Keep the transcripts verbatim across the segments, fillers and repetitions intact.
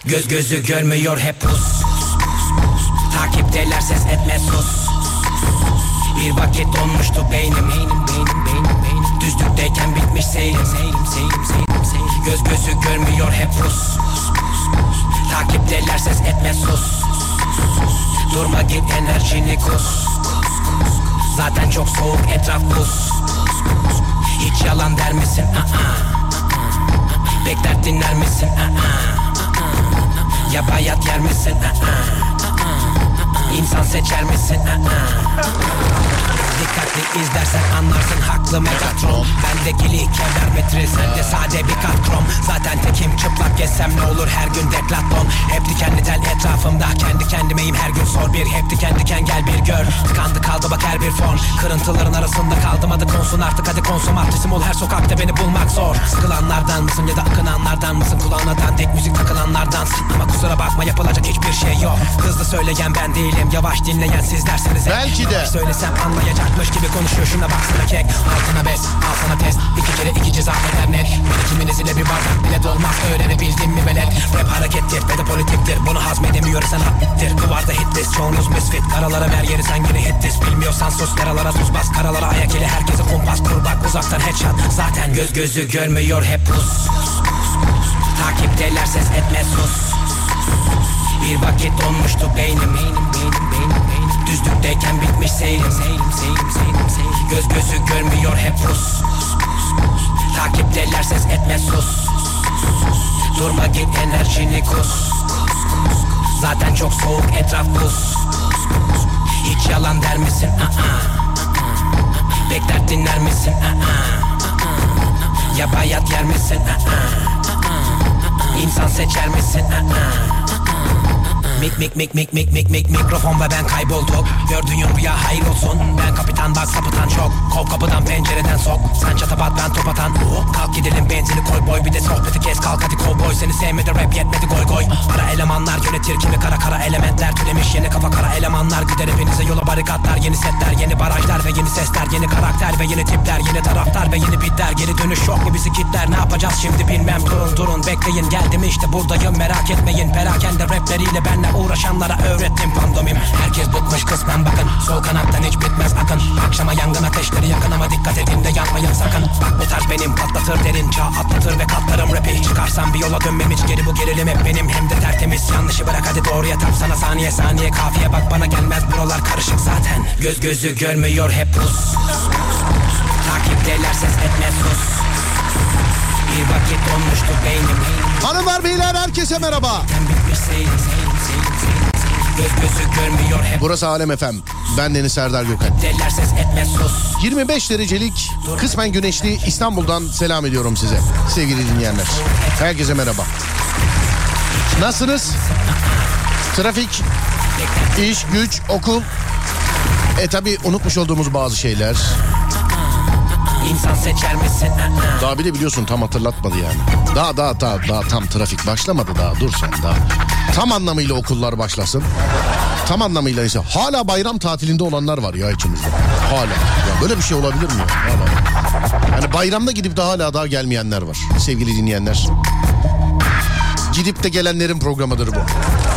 Göz gözü görmüyor hep pus. Takipteler ses etmez sus. Bir vakit donmuştu beynim, beynim, beynim, beynim, beynim. Düzlükteyken bitmiş seyrim, seyrim, seyrim, seyrim, seyrim. Göz gözü görmüyor hep pus. Takipteler ses etmez sus. Durma git enerjini kus. Zaten çok soğuk etraf buz. Hiç yalan der misin? Aa. Bekler dinler misin? Aa. Ya bayat yer misin? Aa. İnsan seçer misin? Aa. Dikkatli izlersen anlarsın haklı Megatron. Bendeki kilometre sende sade bir kat krom. Zaten tekim çıplak gezsem ne olur her gün deklatlon. Hep dikenli tel etrafımda kendi kendimeyim her gün sor bir. Hep diken diken gel bir gör. Tıkandı kaldı bak her bir fon. Kırıntıların arasında kaldım adı konsun artık hadi konsum. Artistim ol her sokakta beni bulmak zor. Sıkılanlardan mısın ya da akınanlardan mısın? Kulağına tek müzik takılanlardansın. Ama kusura bakma yapılacak hiçbir şey yok. Hızlı söyleyen ben değilim yavaş dinleyen sizlersiniz. Belki de söylesem anlayacakmış gibi konuşuyor şuna baksana kek. Altına bes al sana test. İki kere iki ceza eder net. Birikiminiz ile bir bardak bile dolmaz. Öğrenebildim mi velet? Rap harekettir ve de politiktir. Bunu hazmedemiyoruz sen hattir. Duvarda hitlist çoğunuz misfit. Karalara ver yeri sen yine hitlist. Bilmiyorsan sus karalara tuz bas. Karalara ayak ile herkese kumpas kur bak. Uzaktan headshot zaten göz gözü görmüyor hep pus. Takipteler ses etmez sus. Bir vakit donmuştu beynim, beynim, beynim, beynim, beynim. Düzlükteyken bitmiş seyrim, seyrim, seyrim, seyrim, seyrim. Göz gözü görmüyor hep pus. Takipteler ses etmez sus. Durma git enerjini kus. Zaten çok soğuk etraf buz. Hiç yalan der misin? Aa. Bekler dinler misin? Aa. Ya bayat yer misin? Aa. İnsan seçer misin? Aa. Mik mik mik mik mik mik mik mikrofon ve ben kaybolduk. Gördüğün rüya hayır olsun. Ben kapitan bak sapıtan çok. Kov kapıdan pencereden sok. Sen çatapat ben top atan. Oh, kalk gidelim benzini koy boy. Bir de sohbeti kes kalk hadi kovboy. Seni sevmedi rap yetmedi goy goy. Ara elemanlar yönetir kimi kara kara elementler. Türemiş yeni kafa kara elemanlar. Gider hepinize yola barikatlar. Yeni setler yeni barajlar ve yeni sesler. Yeni karakter ve yeni tipler. Yeni taraftar ve yeni bitler. Geri dönüş yok mu bizi kitler. Ne yapacağız şimdi bilmem. Durun durun bekleyin geldim işte buradayım. Merak etmeyin perakende rapleriyle benle uğraşanlara öğrettim pandomim. Herkes bıkmış kısmen bakın. Sol kanattan hiç bitmez akın. Akşama yangın ateşleri yakın ama dikkat edin de yanmayın sakın. Bak bu tarz benim patlatır derin çağ atlatır ve katlarım rapi. Çıkarsam bir yola dönmem hiç geri bu gerilim hep benim. Hem de tertemiz yanlışı bırak hadi doğruya tap sana saniye saniye kafiye bak bana gelmez buralar karışık zaten. Göz gözü görmüyor hep pus. Takipteler ses etmez sus. Bir vakit donmuştu beynim. Hanımlar beyler herkese merhaba. Burası Alem F M. Ben Deniz Serdar Gökalp. yirmi beş derecelik kısmen güneşli İstanbul'dan selam ediyorum size sevgili dinleyenler. Herkese merhaba. Nasılsınız? Trafik, iş, güç, okul. E tabi unutmuş olduğumuz bazı şeyler. İnsan seçer misin? Daha bile biliyorsun tam hatırlatmadı yani. Daha daha daha daha tam trafik başlamadı daha dur sen daha. Tam anlamıyla okullar başlasın. Tam anlamıyla ise hala bayram tatilinde olanlar var ya içimizde. Hala. Ya böyle bir şey olabilir mi ya? Hala. Yani bayramda gidip de hala daha gelmeyenler var sevgili dinleyenler. Gidip de gelenlerin programıdır bu.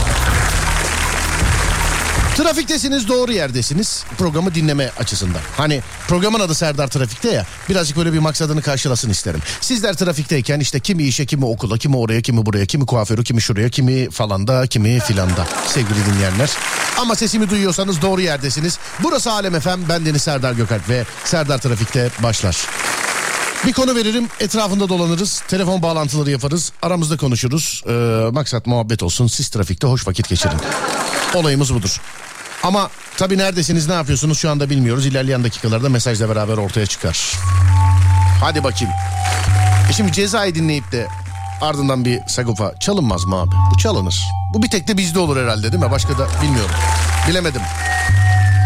Trafiktesiniz, doğru yerdesiniz programı dinleme açısından. Hani programın adı Serdar Trafik'te ya, birazcık böyle bir maksadını karşılasın isterim. Sizler trafikteyken işte kimi işe, kimi okula, kimi oraya, kimi buraya, kimi kuaförü, kimi şuraya, kimi falanda, kimi filanda sevgili dinleyenler. Ama sesimi duyuyorsanız doğru yerdesiniz. Burası Alem F M, ben Deniz Serdar Gökalp ve Serdar Trafik'te başlar. Bir konu veririm, etrafında dolanırız, telefon bağlantıları yaparız, aramızda konuşuruz. Ee, maksat muhabbet olsun, siz trafikte hoş vakit geçirin. Olayımız budur. Ama tabii neredesiniz, ne yapıyorsunuz şu anda bilmiyoruz. İlerleyen dakikalarda mesajla beraber ortaya çıkar. Hadi bakayım. E şimdi Ceza'yı dinleyip de ardından bir Sagopa çalınmaz mı abi? Bu çalınır. Bu bir tek de bizde olur herhalde değil mi? Başka da bilmiyorum. Bilemedim.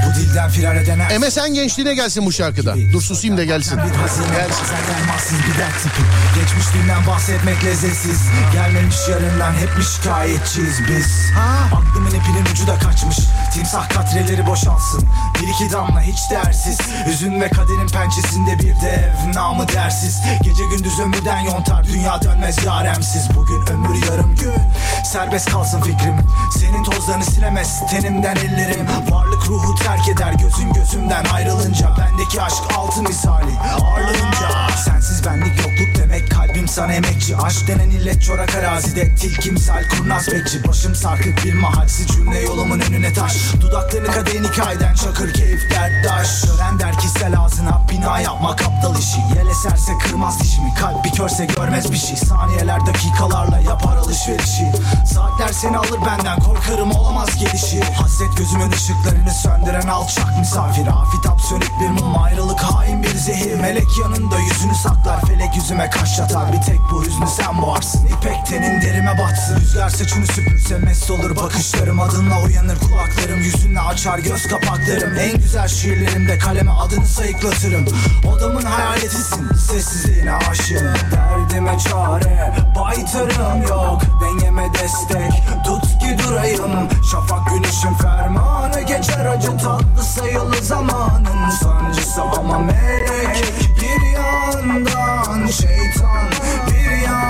Bu dilden firar eden her M S N gençliğine gelsin bu şarkıda. Dur susayım da gelsin. bir hazine, Gelsin. senden mahsus bir dert tipi. Geçmişliğinden bahsetmek lezzetsiz. Gelmemiş yarından hep mi şikayetçiyiz biz? Aklımın ipinin ucu da kaçmış. Timsah katreleri boşalsın. Bir iki damla hiç değersiz. Hüzün ve kaderin pençesinde bir dev, namı dersiz. Gece gündüz ömürden yontar, dünya dönmez yaremsiz. Bugün ömür yarım gün, serbest kalsın fikrim. Senin tozlarını silemez tenimden ellerim. Varlık ruhu terk eder gözüm gözümden ayrılınca. Bendeki aşk altın misali ağırlığınca. Sensiz benlik yokluk demek, kalbim sana emekçi. Aşk denen illet çorak arazide, tilkimsel kurnaz bekçi. Başım sarkık bir mahalsiz cümle yolumun önüne taş. Dudaklarını kadehin hikayeden çakır keyif derttaş. Gören der ki sel ağzına bina yapmak aptal işi. Yel eserse kırmaz dişimi, kalp bir körse görmez bir şey. Saniyeler dakikalarla yapar alışverişi. Saatler seni alır benden, korkarım olamaz gelişi. Hasret gözümün ışıklarını söndüren alçak misafir. Afitap sönük bir mum, ayrılık hain bir zehir. Melek yanında yüzünü saklar, felek yüzüme kaş yatar. Bir tek bu hüznü sen boğarsın, ipek tenin derime batsın. Rüzgar saçını süpürse mest olur bakışlarım. Adınla uyanır kulaklarım, yüzünle açar göz kapaklarım. En güzel şiirlerimde kaleme adını sayıklatırım. Odamın hayaletisin, sessizliğine aşığım. Derdime çare, baytarım yok. Dengeme destek, tut ki durayım. Şafak güneşin fermanı, geçer acı tatlı sayılı zamanın sancısı ama melek. Bir yandan şeytan, bir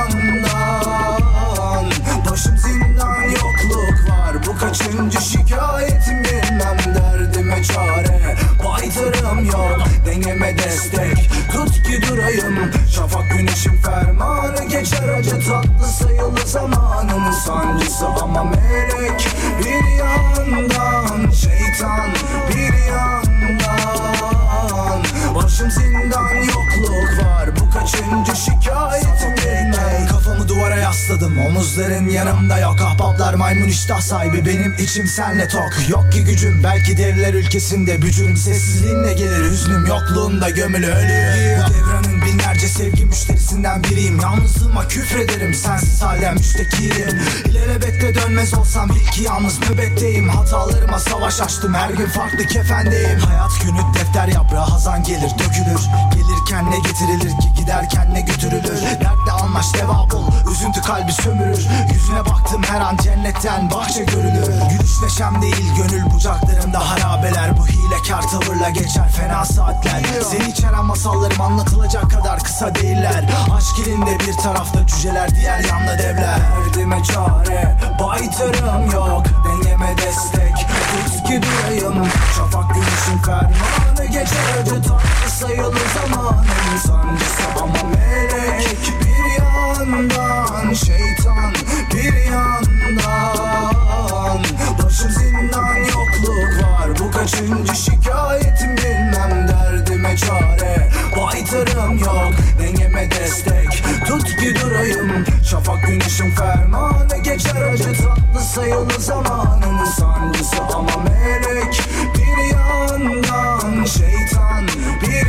yandan başım zindan, yokluk var. Bu kaçıncı şikayetim bilmem, derdime çare, baytarım yok. Dengeme destek, tut ki durayım. Şafak güneşin fermanı, geçer acı tatlı sayılı zamanın sancısı ama melek. Bir yandan şeytan, bir yandan başım zindan, yokluk var. Bu kaçıncı şikayetim bilmem. Kafamı duvara yasladım, omuzların yanımda yok. Ahbaplar maymun iştah sahibi, benim içim senle tok. Yok ki gücüm, belki devler ülkesinde bücürüm. Sessizliğinle gelir hüznüm, yokluğunda gömülü ölüyor. Bu devranın binlerce sevgi müşterisinden biriyim. Yalnızlığıma küfrederim, sensiz hala müştekiyim. İlelebette dönmez olsam bil ki yalnız nöbetteyim. Hatalarıma savaş açtım, her gün farklı kefendeyim. Hayat günü defter yaprağı, hazan gelir dökülür. Gelirken ne getirilir ki, giderken ne götürülür. Dertle anlaş deva bul, üzüntü kalbi sömürür. Yüzüne baktım her an cennetten bahçe görülür. Gülüş neşem değil gönül bucaklarımda harabeler. Bu hilekar tavırla geçer fena saatler. Seni içeren masallarım anlatılacak kadar kısa değiller. Aşk ilinde bir tarafta cüceler, diğer yanda devler. Derdime çare, baytarım yok. Dengeme destek, tut ki durayım. Şafak güneşin fermanı, geçer acı tatlı sayılı zamanın sancısı ama melek. Bir yandan şeytan, bir yandan başım zindan, yokluk var. Bu kaçıncı şikayetim bilmem, derdime çare, baytarım yok. Dengeme destek, tut ki durayım. Şafak güneşin fermanı, geçer acı tatlı sayılı zamanın sancısı ama melek. Bir yandan şeytan, bir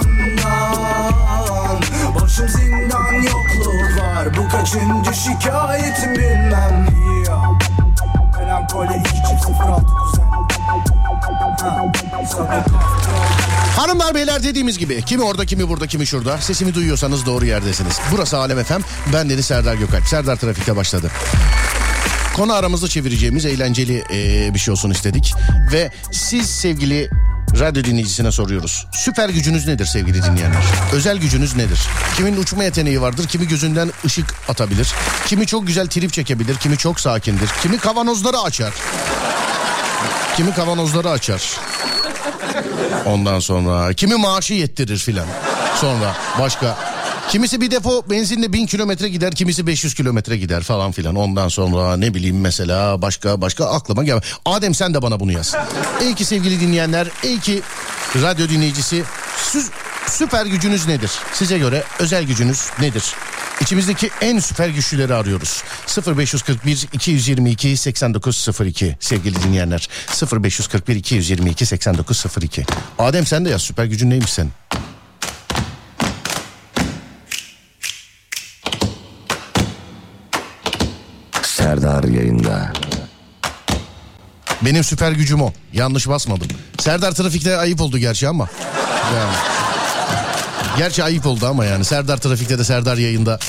yandan başım zindan, yokluk var. Bu kaçıncı şikayetim bilmem. Yeah. Melankoli iki çift sıfır altı kuzen. Hanımlar beyler, dediğimiz gibi kimi orada kimi burada kimi şurada. Sesimi duyuyorsanız doğru yerdesiniz. Burası Alem F M. Ben Deniz Serdar Gökalp. Serdar Trafik'te başladı. Konu aramızda çevireceğimiz eğlenceli ee, bir şey olsun istedik. Ve siz sevgili radyo dinleyicisine soruyoruz. Süper gücünüz nedir sevgili dinleyenler? Özel gücünüz nedir? Kimin uçma yeteneği vardır, kimi gözünden ışık atabilir, kimi çok güzel trip çekebilir, kimi çok sakindir, kimi kavanozları açar. Kimi kavanozları açar. Ondan sonra kimi maaşı yettirir filan. Sonra başka. Kimisi bir depo benzinle bin kilometre gider, kimisi beş yüz kilometre gider falan filan. Ondan sonra ne bileyim mesela başka başka aklıma gel. Adem sen de bana bunu yaz. İyi ki sevgili dinleyenler, iyi ki radyo dinleyicisi. Sü- süper gücünüz nedir? Size göre özel gücünüz nedir? İçimizdeki en süper güçlüleri arıyoruz. sıfır beş kırk bir iki yüz yirmi iki seksen dokuz sıfır iki sevgili dinleyenler. sıfır beş kırk bir iki yüz yirmi iki seksen dokuz sıfır iki. Adem sen de yaz, süper gücün neymiş senin? Serdar yayında. Benim süper gücüm o. Yanlış basmadım. Serdar Trafik'te ayıp oldu gerçi ama. Yani. Gerçi ayıp oldu ama yani. Serdar Trafik'te de Serdar yayında.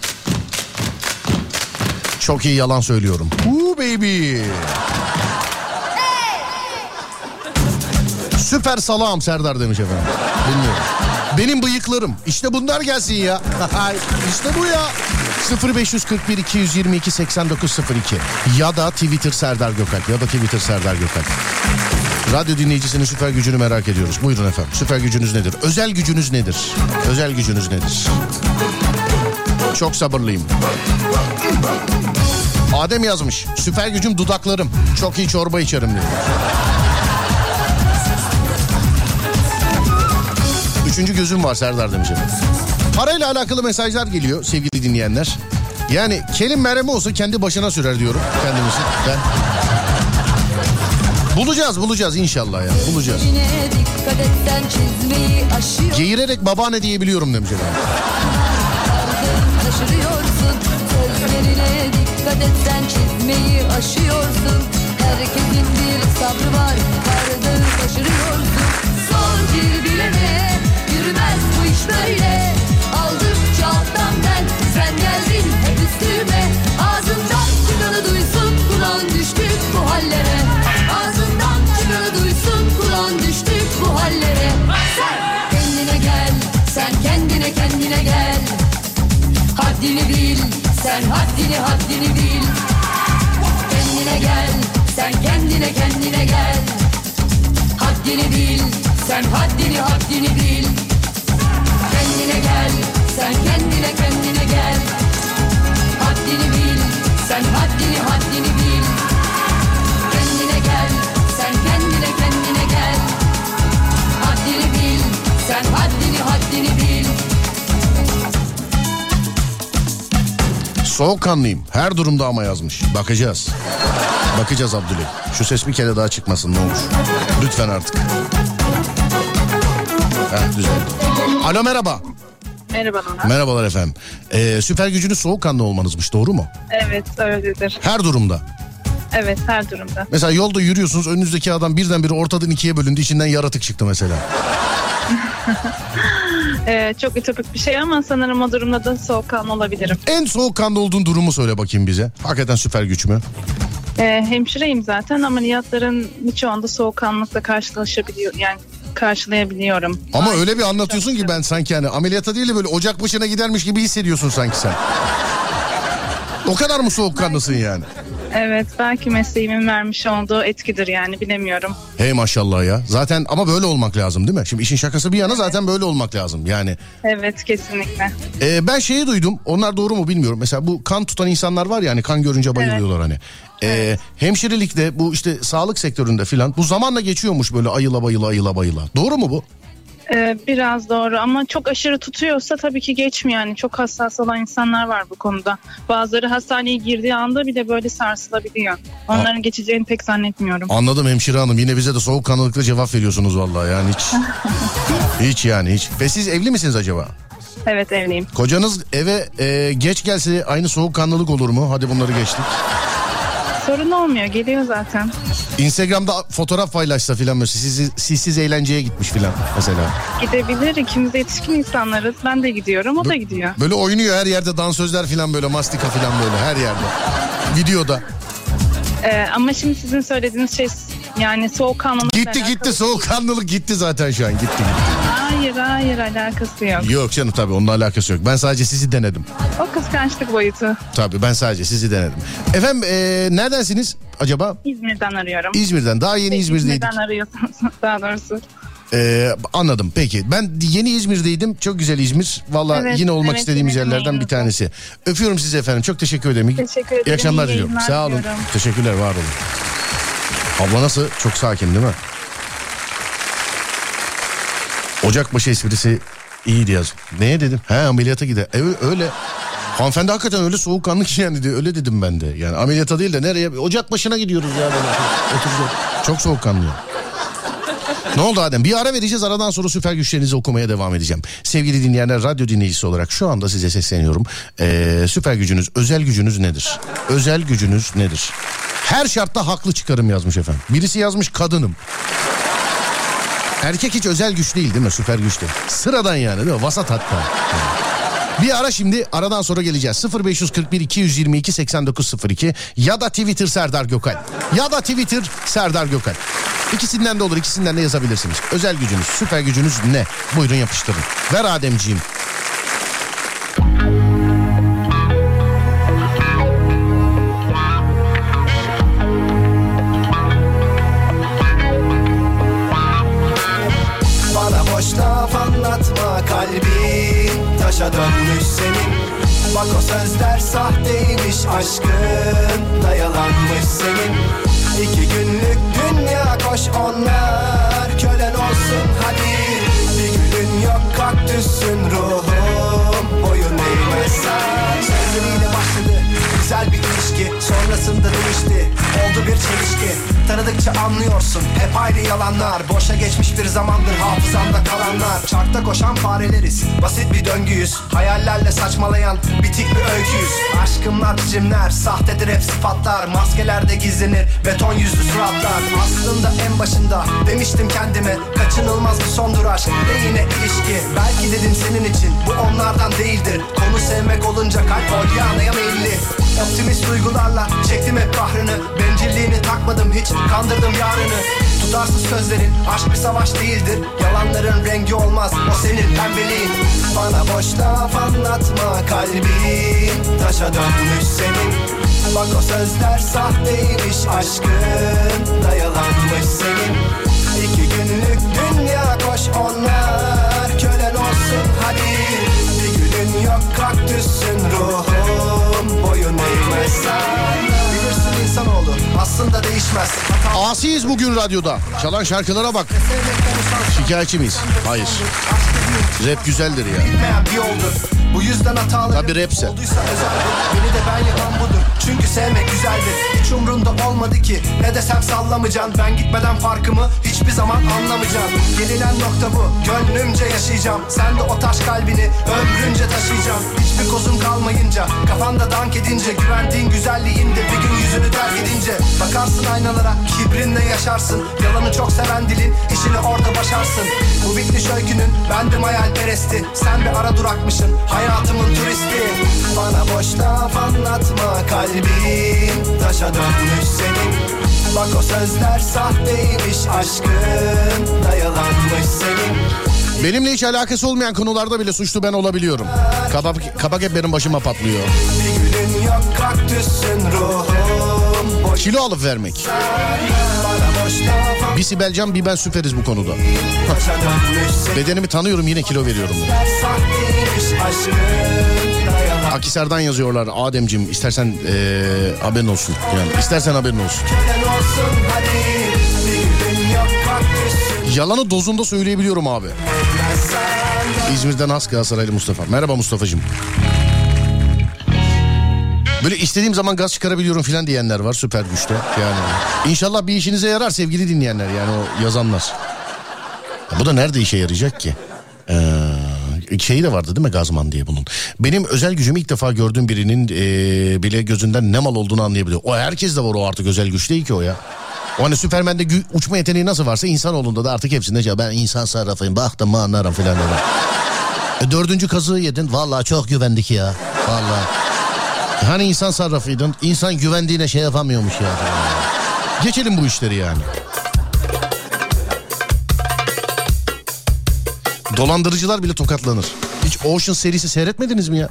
Çok iyi yalan söylüyorum. Woo baby. Süper salağım Serdar demiş efendim. Bilmiyorum. Benim bıyıklarım. İşte bunlar gelsin ya. İşte bu ya. sıfır beş kırk bir iki yüz yirmi iki seksen dokuz sıfır iki ya da Twitter Serdar Gökalp ya da Twitter Serdar Gökalp. Radyo dinleyicisinin süper gücünü merak ediyoruz. Buyurun efendim. Süper gücünüz nedir? Özel gücünüz nedir? Özel gücünüz nedir? Çok sabırlıyım. Adem yazmış. Süper gücüm dudaklarım. Çok iyi çorba içerim diyor. Üçüncü gözüm var Serdar demiş efendim. Parayla alakalı mesajlar geliyor sevgili dinleyenler. Yani kelim meremi olsa kendi başına sürer diyorum kendimizi. Ben... Bulacağız bulacağız inşallah ya bulacağız. Geğirerek babaanne diyebiliyorum demiş efendim. Sözlerine dikkat et sen çizmeyi aşıyorsun. Herkesin bir sabrı var, karnını taşırıyorsun. Zor bir bilene yürümez bu iş böyle. Aldıkça alttan ben, sen geldin hep üstüme. Ağzından çıkanı duysun, kulağın düştük bu hallere. Ağzından çıkanı duysun, kulağın düştük bu hallere. Sen kendine gel, sen kendine kendine gel. Haddini bil, sen haddini haddini bil. Kendine gel, sen kendine kendine gel. Haddini bil, sen haddini haddini bil. Kendine gel, sen kendine kendine gel. Haddini bil, sen haddini haddini bil. Kendine gel, sen kendine kendine gel. Haddini bil, sen haddini haddini bil. Soğukkanlıyım. Her durumda ama yazmış. Bakacağız. Bakacağız Abdüley. Şu ses bir kere daha çıkmasın ne olur. Lütfen artık. Heh, güzel. Alo merhaba. Merhabalar. Merhabalar efendim. Ee, süper gücünüz soğukkanlı olmanızmış doğru mu? Evet öyledir. Her durumda. Evet her durumda. Mesela yolda yürüyorsunuz önünüzdeki adam birdenbire ortadan ikiye bölündü içinden yaratık çıktı mesela. Ee, çok ütopik bir şey ama sanırım o durumda da soğukkanlı olabilirim. En soğukkanlı olduğun durumu söyle bakayım bize. Hakikaten süper güç mü? Ee, hemşireyim zaten, ameliyatların birçoğunda soğukkanlılıkla karşılaşabiliyor yani karşılayabiliyorum. Ama öyle bir anlatıyorsun ki ben sanki hani ameliyata değil de böyle ocak başına gidermiş gibi hissediyorsun sanki sen. O kadar mı soğukkanlısın yani? Evet belki mesleğimin vermiş olduğu etkidir yani bilemiyorum. Hey maşallah ya. Zaten ama böyle olmak lazım değil mi? Şimdi işin şakası bir yana zaten böyle olmak lazım yani. Evet kesinlikle. Ee, ben şeyi duydum. Onlar doğru mu bilmiyorum. Mesela bu kan tutan insanlar var ya hani kan görünce bayılıyorlar evet. Hani. Ee, evet. Hemşirelikte bu işte sağlık sektöründe filan bu zamanla geçiyormuş böyle ayıla bayıla ayıla bayıla. Doğru mu bu? Ee, biraz doğru ama çok aşırı tutuyorsa tabii ki geçmiyor yani. Çok hassas olan insanlar var bu konuda. Bazıları hastaneye girdiği anda bile böyle sarsılabiliyor. Onların A- geçeceğini pek zannetmiyorum. Anladım hemşire hanım. Yine bize de soğukkanlılıkla cevap veriyorsunuz vallahi yani hiç. Hiç yani hiç. Ve siz evli misiniz acaba? Evet evliyim. Kocanız eve e, geç gelse aynı soğukkanlılık olur mu? Hadi bunları geçtik. Sorun olmuyor, geliyor zaten. Instagram'da fotoğraf paylaşsa filan mesela siz, siz, siz eğlenceye gitmiş filan mesela. Gidebilir, ikimiz de yetişkin insanlarız. Ben de gidiyorum, o da gidiyor. Böyle oynuyor her yerde dansözler filan böyle mastika filan böyle her yerde. Videoda. Ee, ama şimdi sizin söylediğiniz şey yani soğukkanlılık. Gitti gitti soğukkanlılık gitti zaten şu an gitti gitti. Hayır hayır alakası yok. Yok canım tabii onunla alakası yok. Ben sadece sizi denedim. O kıskançlık boyutu. Tabii ben sadece sizi denedim. Efendim ee, neredensiniz acaba? İzmir'den arıyorum. İzmir'den daha yeni İzmir'deydik. İzmir'den arıyorsunuz daha doğrusu. Ee, anladım peki. Ben yeni İzmir'deydim. Çok güzel İzmir. Valla evet, yine olmak evet, istediğimiz yerlerden bir tanesi. Öpüyorum sizi efendim. Çok teşekkür ederim. Teşekkür ederim. İyi akşamlar diliyorum. Sağ olun. Diyorum. Teşekkürler var olun. Abla nasıl? Çok sakin değil mi? Ocakbaşı esprisi iyiydi yaz. Neye dedim? He ameliyata gider. Evet öyle. Hanımefendi hakikaten öyle soğukkanlı ki yani diyor. Öyle dedim ben de. Yani ameliyata değil de nereye? Ocakbaşına gidiyoruz ya. Oturacak. Çok soğukkanlı. Ne oldu Adem? Bir ara vereceğiz. Aradan sonra süper güçlerinizi okumaya devam edeceğim. Sevgili dinleyenler, radyo dinleyicisi olarak şu anda size sesleniyorum. Ee, süper gücünüz, özel gücünüz nedir? Özel gücünüz nedir? Her şartta haklı çıkarım yazmış efendim. Birisi yazmış kadınım. Erkek hiç özel güç değil değil mi? Süper güç değil. Sıradan yani değil mi? Vasat hatta. Yani. Bir ara şimdi, aradan sonra geleceğiz. sıfır beş kırk bir iki yüz yirmi iki seksen dokuz sıfır iki ya da Twitter Serdar Gökal. Ya da Twitter Serdar Gökal. İkisinden de olur, ikisinden de yazabilirsiniz. Özel gücünüz, süper gücünüz ne? Buyurun yapıştırın. Ver Ademciğim. Anlatma, kalbin taşa dönmüş senin. Bak o sözler sahteymiş, aşkın da yalanmış senin. İki günlük dünya, koş onlar kölen olsun hadi. Bir gülün yok, kaktüsün ruhum, boyun eğmezsen. Sözleriyle başladı güzel bir ilişki, sonrasında değişti, oldu bir çelişki. Tanıdıkça anlıyorsun hep ayrı yalanlar. Boşa geçmiş bir zamandır hafızamda kalanlar. Çarkta koşan fareleriz, basit bir döngüyüz. Hayallerle saçmalayan bitik bir öyküyüz. Aşkımlar biçimler, sahtedir hep sıfatlar. Maskelerde gizlenir beton yüzlü suratlar. Aslında en başında demiştim kendime, kaçınılmaz bir sondur aşk ve yine ilişki. Belki dedim senin için bu onlardan değildir. Konu sevmek olunca kalp oryanaya meyilli. Optimist duygularla çektim hep kahrını. Bencilliğini takmadım hiç, kandırdım yarını. Tutarsız sözlerin aşk bir savaş değildir. Yalanların rengi olmaz, o senin pembeliğin. Bana boş laf anlatma, kalbin taşa dönmüş senin. Bak o sözler sahteymiş, aşkın da yalanmış senin. İki günlük dünya, koş onlar kölen olsun hadi. Bir gülün yok, kaktüsün ruhum, boyun eğmezsen. Bilirsin insanoğlu aslında değişmez. Asiyiz bugün radyoda. Çalan şarkılara bak. Şikayetçi miyiz? Hayır. Rap güzeldir ya. Bilmeyen bir yoldur. Bu yüzden hatalı. Tabii rapse. Olduysa özel. Beni de ben yapan budur. Çünkü sevmek güzeldir. Hiç umrunda olmadı ki. Ne desem sallamayacaksın. Ben gitmeden farkımı hiçbir zaman anlamayacaksın. Gelinen nokta bu. Gönlümce yaşayacağım. Sen de o taş kalbini ömrünce taşıyacağım. Hiçbir kozun kalmayınca, kafanda dank edince, güvendiğin güzelliğinde bir gün yüzünü terk edince, bakarsın aynalara, kibrinle yaşarsın. Yalanı çok seven dilin, işini orada başarsın. Bu bitmiş öykünün bendim hayalperesti. Sen bir ara durakmışsın, hayatımın turisti. Bana boş laf anlatma, kalbin taşa dönmüş senin. Bak o sözler sahteymiş, aşkın da yalanmış senin. Benimle hiç alakası olmayan konularda bile suçlu ben olabiliyorum. Kabak, kabak hep benim başıma patlıyor. Yok, ruhum, kilo alıp vermek. Bir Sibelcan bir ben süperiz bu konuda. Bedenimi tanıyorum, yine kilo veriyorum. Akhisar'dan yazıyorlar. Ademciğim istersen ee, haberin olsun. Yani istersen haberin olsun. Yalanı dozunda söyleyebiliyorum abi. İzmir'den Has Galatasaraylı Mustafa. Merhaba Mustafa'cığım. Böyle istediğim zaman gaz çıkarabiliyorum filan diyenler var süper güçte. Yani İnşallah bir işinize yarar sevgili dinleyenler, yani o yazanlar. Ya bu da nerede işe yarayacak ki? Ee, şeyi de vardı değil mi Gazman diye bunun. Benim özel gücümü ilk defa gördüğüm birinin ee, bile gözünden ne mal olduğunu anlayabiliyor. O herkes de var, o artık özel güç değil ki o ya. O hani Süpermen'de gü- uçma yeteneği nasıl varsa insanoğlunda da artık hepsinde ben insan sarrafıyım, baktım mı anlarım filan. E, dördüncü kazığı yedin, vallahi çok güvendik ya. Vallahi. Hani insan sarrafıydın, insan güvendiğine şey yapamıyormuş ya. Geçelim bu işleri yani. Dolandırıcılar bile tokatlanır. Hiç Ocean serisi seyretmediniz mi ya?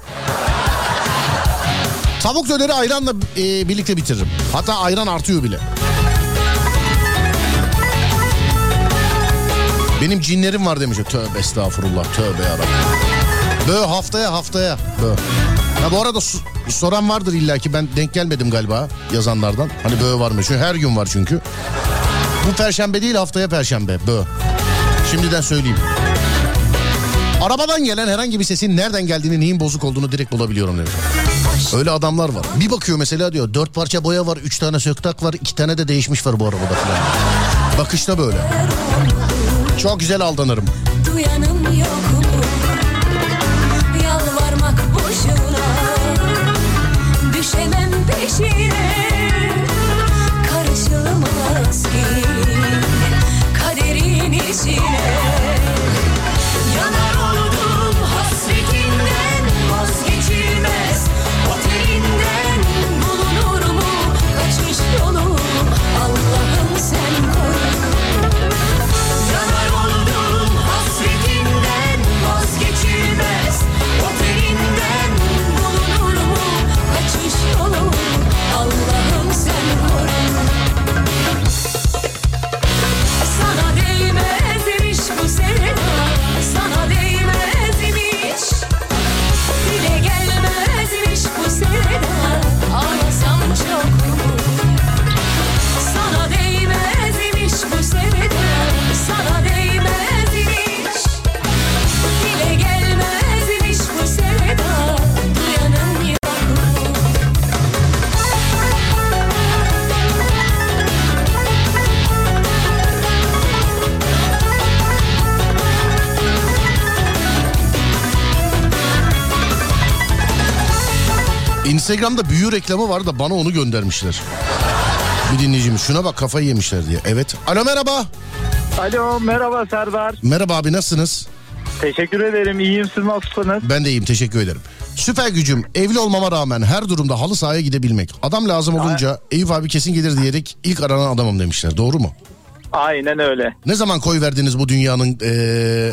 Tavuk döneri ayranla e, birlikte bitiririm. Hatta ayran artıyor bile. Benim cinlerim var demiş. Tövbe estağfurullah, tövbe yarabbim. Böyle haftaya haftaya. Böyle. Ya bu arada su, soran vardır illaki, ben denk gelmedim galiba yazanlardan. Hani böyle var mı? Çünkü her gün var çünkü. Bu perşembe değil, haftaya perşembe. Böyle. Şimdiden söyleyeyim. Arabadan gelen herhangi bir sesin nereden geldiğini, neyin bozuk olduğunu direkt bulabiliyorum demiş. Öyle adamlar var. Bir bakıyor mesela diyor, dört parça boya var, üç tane söktak var, iki tane de değişmiş var bu arabada falan. Bakışta böyle. Çok güzel aldanırım. Duyanım yok mu? Yalvarmak boşuna. Düşemem peşine. Instagram'da büyü reklamı var da bana onu göndermişler. Bir dinleyicimiz, şuna bak kafayı yemişler diye. Evet. Alo merhaba. Alo merhaba Serdar. Merhaba abi, nasılsınız? Teşekkür ederim, iyiyim, siz nasılsınız? Ben de iyiyim, teşekkür ederim. Süper gücüm evli olmama rağmen her durumda halı sahaya gidebilmek. Adam lazım olunca Eyüp abi kesin gelir diyerek ilk aranan adamım demişler. Doğru mu? Aynen öyle. Ne zaman koy verdiniz bu dünyanın... Ee...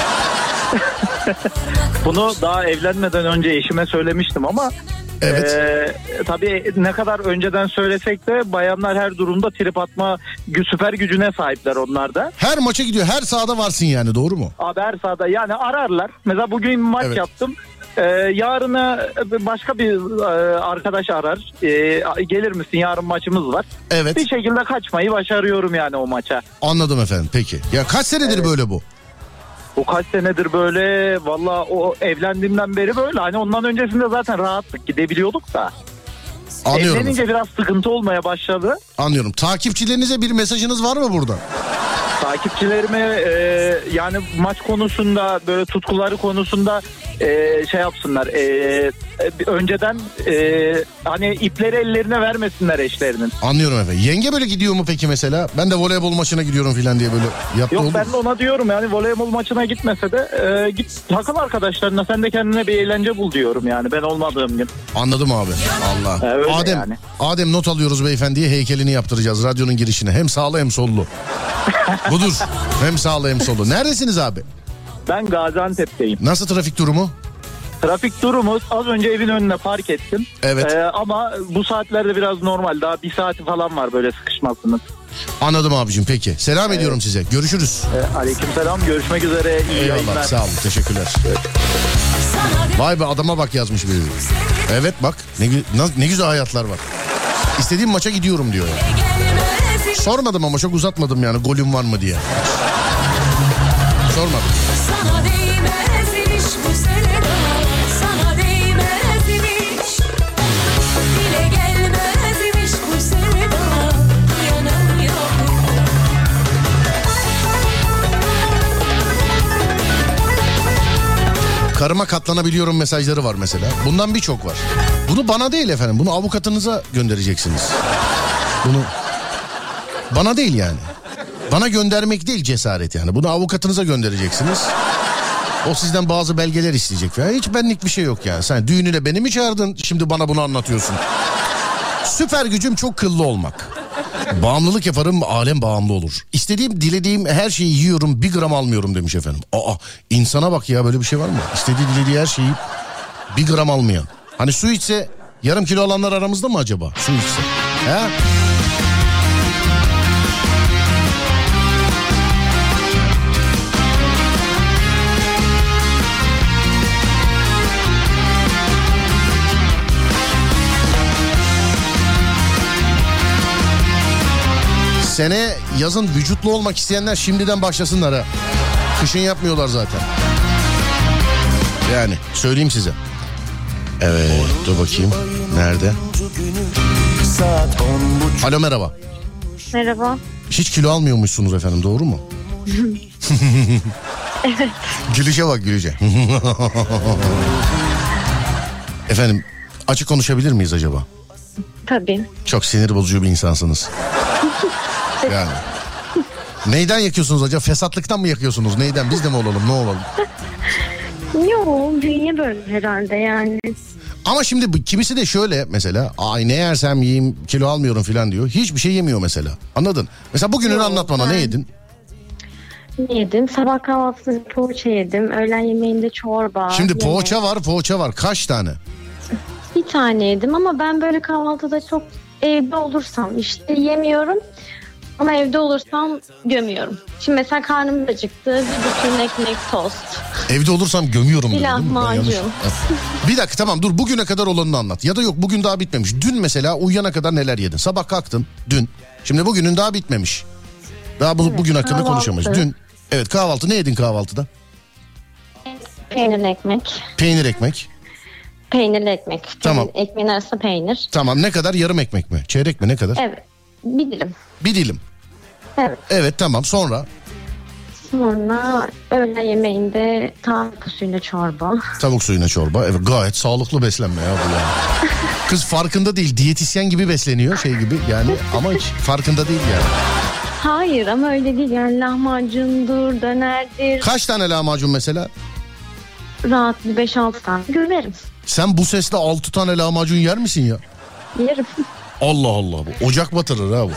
Bunu daha evlenmeden önce eşime söylemiştim ama... Evet. E, tabii ne kadar önceden söylesek de bayanlar her durumda trip atma süper gücüne sahipler onlar da. Her maça gidiyor, her sahada varsın yani, doğru mu? Abi her sahada yani ararlar. Mesela bugün maç Evet. yaptım. Ee, yarına başka bir e, arkadaş arar. Ee, gelir misin, yarın maçımız var. Evet. Bir şekilde kaçmayı başarıyorum yani o maça. Anladım efendim, peki. Ya kaç senedir Evet. böyle bu? Bu kaç senedir böyle, valla o evlendiğimden beri böyle. Hani ondan öncesinde zaten rahatlık, gidebiliyorduk da. Anlıyorum. Evlenince biraz sıkıntı olmaya başladı. Anlıyorum. Takipçilerinize bir mesajınız var mı burada? Takipçilerime e, yani maç konusunda, böyle tutkuları konusunda e, şey yapsınlar. E, e, önceden e, hani ipleri ellerine vermesinler eşlerinin. Anlıyorum efendim. Yenge böyle gidiyor mu peki mesela? Ben de voleybol maçına gidiyorum falan diye böyle yaptı. Yok oldu ben mu? de ona diyorum yani, voleybol maçına gitmese de e, git takıl arkadaşlarına, sen de kendine bir eğlence bul diyorum yani, ben olmadığım gün. Anladım abi. Allah. Evet, Adem, yani. Adem not alıyoruz beyefendiye, heykelini yaptıracağız radyonun girişine. Hem sağlı hem sollu. Budur. Hem sağlı hem sollu. Neredesiniz abi? Ben Gaziantep'teyim. Nasıl trafik durumu? Trafik durumu, az önce evin önüne park ettim. Evet. E, ama bu saatlerde biraz normal, daha bir saati falan var böyle sıkışmasının. Anladım abicim, peki. Selam ediyorum size. Görüşürüz. E, aleykümselam, görüşmek üzere, iyi Eyvallah, yayınlar. sağ olun, teşekkürler. Vay be, adama bak yazmış biri. Evet bak, ne, gü- na- ne güzel hayatlar var. İstediğim maça gidiyorum diyor yani. Sormadım ama çok uzatmadım yani, golüm var mı diye. Sormadım. Sana değmezmiş bu sevda, sana değmezmiş. Dile gelmezmiş bu sevda, yanamıyorum. Karıma katlanabiliyorum mesajları var mesela. Bundan birçok var. Bunu bana değil efendim, bunu avukatınıza göndereceksiniz. Bunu bana değil yani. Bana göndermek değil cesaret yani. Bunu avukatınıza göndereceksiniz. O sizden bazı belgeler isteyecek falan. Hiç benlik bir şey yok yani. Sen düğününe beni mi çağırdın? Şimdi bana bunu anlatıyorsun. Süper gücüm çok kıllı olmak. Bağımlılık yaparım, alem bağımlı olur. İstediğim, dilediğim her şeyi yiyorum, bir gram almıyorum demiş efendim. Aa, insana bak ya, böyle bir şey var mı? İstediği, dilediği her şeyi bir gram almayan. Hani su içse yarım kilo alanlar aramızda mı acaba? Su içse. He? Sene yazın vücutlu olmak isteyenler şimdiden başlasınlar ha. Kışın yapmıyorlar zaten. Yani söyleyeyim size. Evet, dur bakayım. Nerede? Alo merhaba. Merhaba. Hiç kilo almıyormuşsunuz efendim, doğru mu? Evet. Gülüşe bak, gülüşe. Efendim açık konuşabilir miyiz acaba? Tabii. Çok sinir bozucu bir insansınız. Yani. Neyden yakıyorsunuz acaba? Fesatlıktan mı yakıyorsunuz? Neyden? Biz de mi olalım? Ne olalım? Yok, dünya böyle herhalde yani. Ama şimdi bu- kimisi de şöyle mesela, ay ne yersem yiyeyim kilo almıyorum falan diyor. Hiçbir şey yemiyor mesela. Anladın? Mesela bugününü Yok, anlat bana, ben- ne yedin? Yedim. Sabah kahvaltısında poğaça yedim. Öğlen yemeğinde çorba. Şimdi yemek. poğaça var, poğaça var. Kaç tane? Bir tane yedim ama ben böyle kahvaltıda çok evde olursam işte yemiyorum. Ama evde olursam gömüyorum. Şimdi mesela karnım acıktı. Bir bütün ekmek, tost. Evde olursam gömüyorum Bir dedim, değil mi? Ben yanlış- lahmacun. Ha. Bir dakika tamam, dur bugüne kadar olanını anlat. Ya da yok, bugün daha bitmemiş. Dün mesela uyuyana kadar neler yedin? Sabah kalktın dün. Şimdi bugünün daha bitmemiş. Daha bu, Evet, bugün hakkında kahvaltı. konuşamayız. Dün evet, kahvaltı ne yedin kahvaltıda? Peynirli ekmek. Peynir ekmek. Peynirli ekmek. Tamam. Ekmeğin arasında peynir. Tamam, ne kadar? Yarım ekmek mi? Çeyrek mi, ne kadar? Evet. Bir dilim. Bir dilim. Evet. Evet tamam, sonra? Sonra öğlen yemeğinde tavuk suyuna çorba. Tavuk suyuna çorba. Evet, gayet sağlıklı beslenme ya bu yani. Kız farkında değil, diyetisyen gibi besleniyor, şey gibi yani, ama hiç farkında değil yani. Hayır ama öyle değil yani, lahmacundur, dönerdir. Kaç tane lahmacun mesela? Rahat bir beş altı tane gömerim. Sen bu sesle altı tane lahmacun yer misin ya? Yerim. Allah Allah, bu ocak batırır ha bu.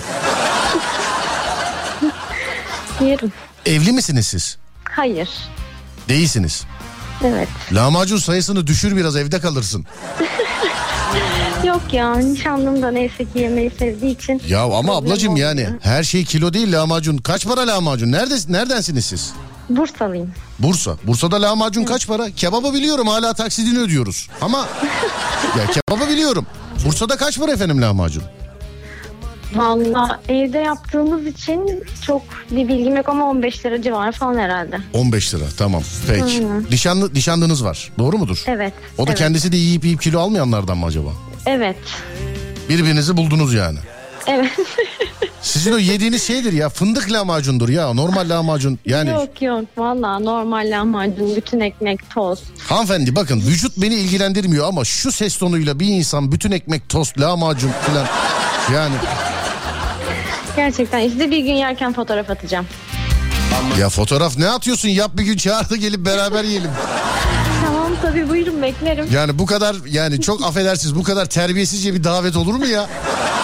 Yerim. Evli misiniz siz? Hayır. Değilsiniz. Evet. Lahmacun sayısını düşür biraz, evde kalırsın. Yok ya, nişanlım da neyse ki yemeği sevdiği için. Ya ama problem ablacığım olmuyor. yani her şey kilo değil, lahmacun. Kaç para lahmacun? Nerede, neredensiniz siz? Bursalıyım. Bursa. Bursa'da lahmacun evet. Kaç para? Kebabı biliyorum, hala taksidini ödüyoruz. Ama ya kebabı biliyorum. Bursa'da kaç para efendim lahmacun? Vallahi evde yaptığımız için çok bir bilgim yok ama on beş lira civarı falan herhalde. on beş lira, tamam. Peki. Hı-hı. Nişanlı, nişanlınız var. Doğru mudur? Evet. O da evet. kendisi de yiyip yiyip kilo almayanlardan mı acaba? Evet. Birbirinizi buldunuz yani. Evet. Sizin o yediğiniz şeydir ya, fındık lahmacundur ya, normal lahmacun yani. Yok yok vallahi normal lahmacun, bütün ekmek, tost. Hanımefendi bakın, vücut beni ilgilendirmiyor ama şu ses tonuyla bir insan bütün ekmek, tost, lahmacun falan yani. Gerçekten işte bir gün yerken fotoğraf atacağım. Ya fotoğraf ne atıyorsun, yap bir gün, çağır da gelip beraber yiyelim. Tamam tabii, buyurun beklerim. Yani bu kadar, yani çok affedersiniz, bu kadar terbiyesizce bir davet olur mu ya?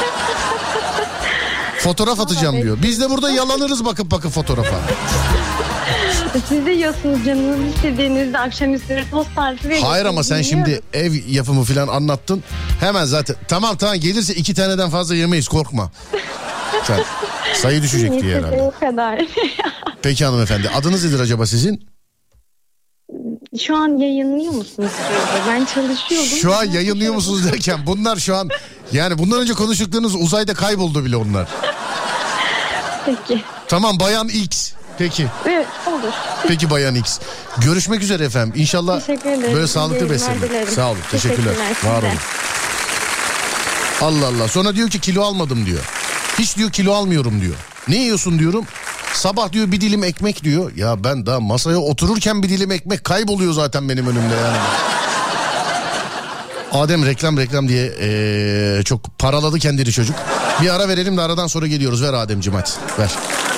Fotoğraf atacağım diyor. Biz de burada yalanırız bakıp bakıp fotoğrafa. Siz de yiyorsunuz canınız istediğinizde, akşamüstü tost tarifi veriyorsunuz. Hayır ama sen şimdi ev yapımı falan anlattın. Hemen zaten tamam tamam, gelirse iki taneden fazla yemeyiz, korkma. Sen, sayı düşecek diye herhalde. O kadar. Peki hanımefendi, adınız nedir acaba sizin? Şu an yayınlıyor musunuz? Ben çalışıyordum. Şu an yayınlıyor musunuz derken bunlar şu an, yani bundan önce konuştuklarınız uzayda kayboldu bile onlar. Peki. Tamam, Bayan X. Peki. Evet, olur. Peki Bayan X. Görüşmek üzere efendim. İnşallah böyle sağlıklı beslenin. Sağ olun. Teşekkürler. Teşekkürler. Var olun. Allah Allah. Sonra diyor ki kilo almadım diyor. Hiç diyor kilo almıyorum diyor. Ne yiyorsun diyorum. Sabah diyor bir dilim ekmek diyor. Ya ben daha masaya otururken bir dilim ekmek kayboluyor zaten benim önümde yani. Adem reklam reklam diye ee, çok paraladı kendini çocuk. Bir ara verelim de aradan sonra geliyoruz. Ver Ademciğim hadi ver.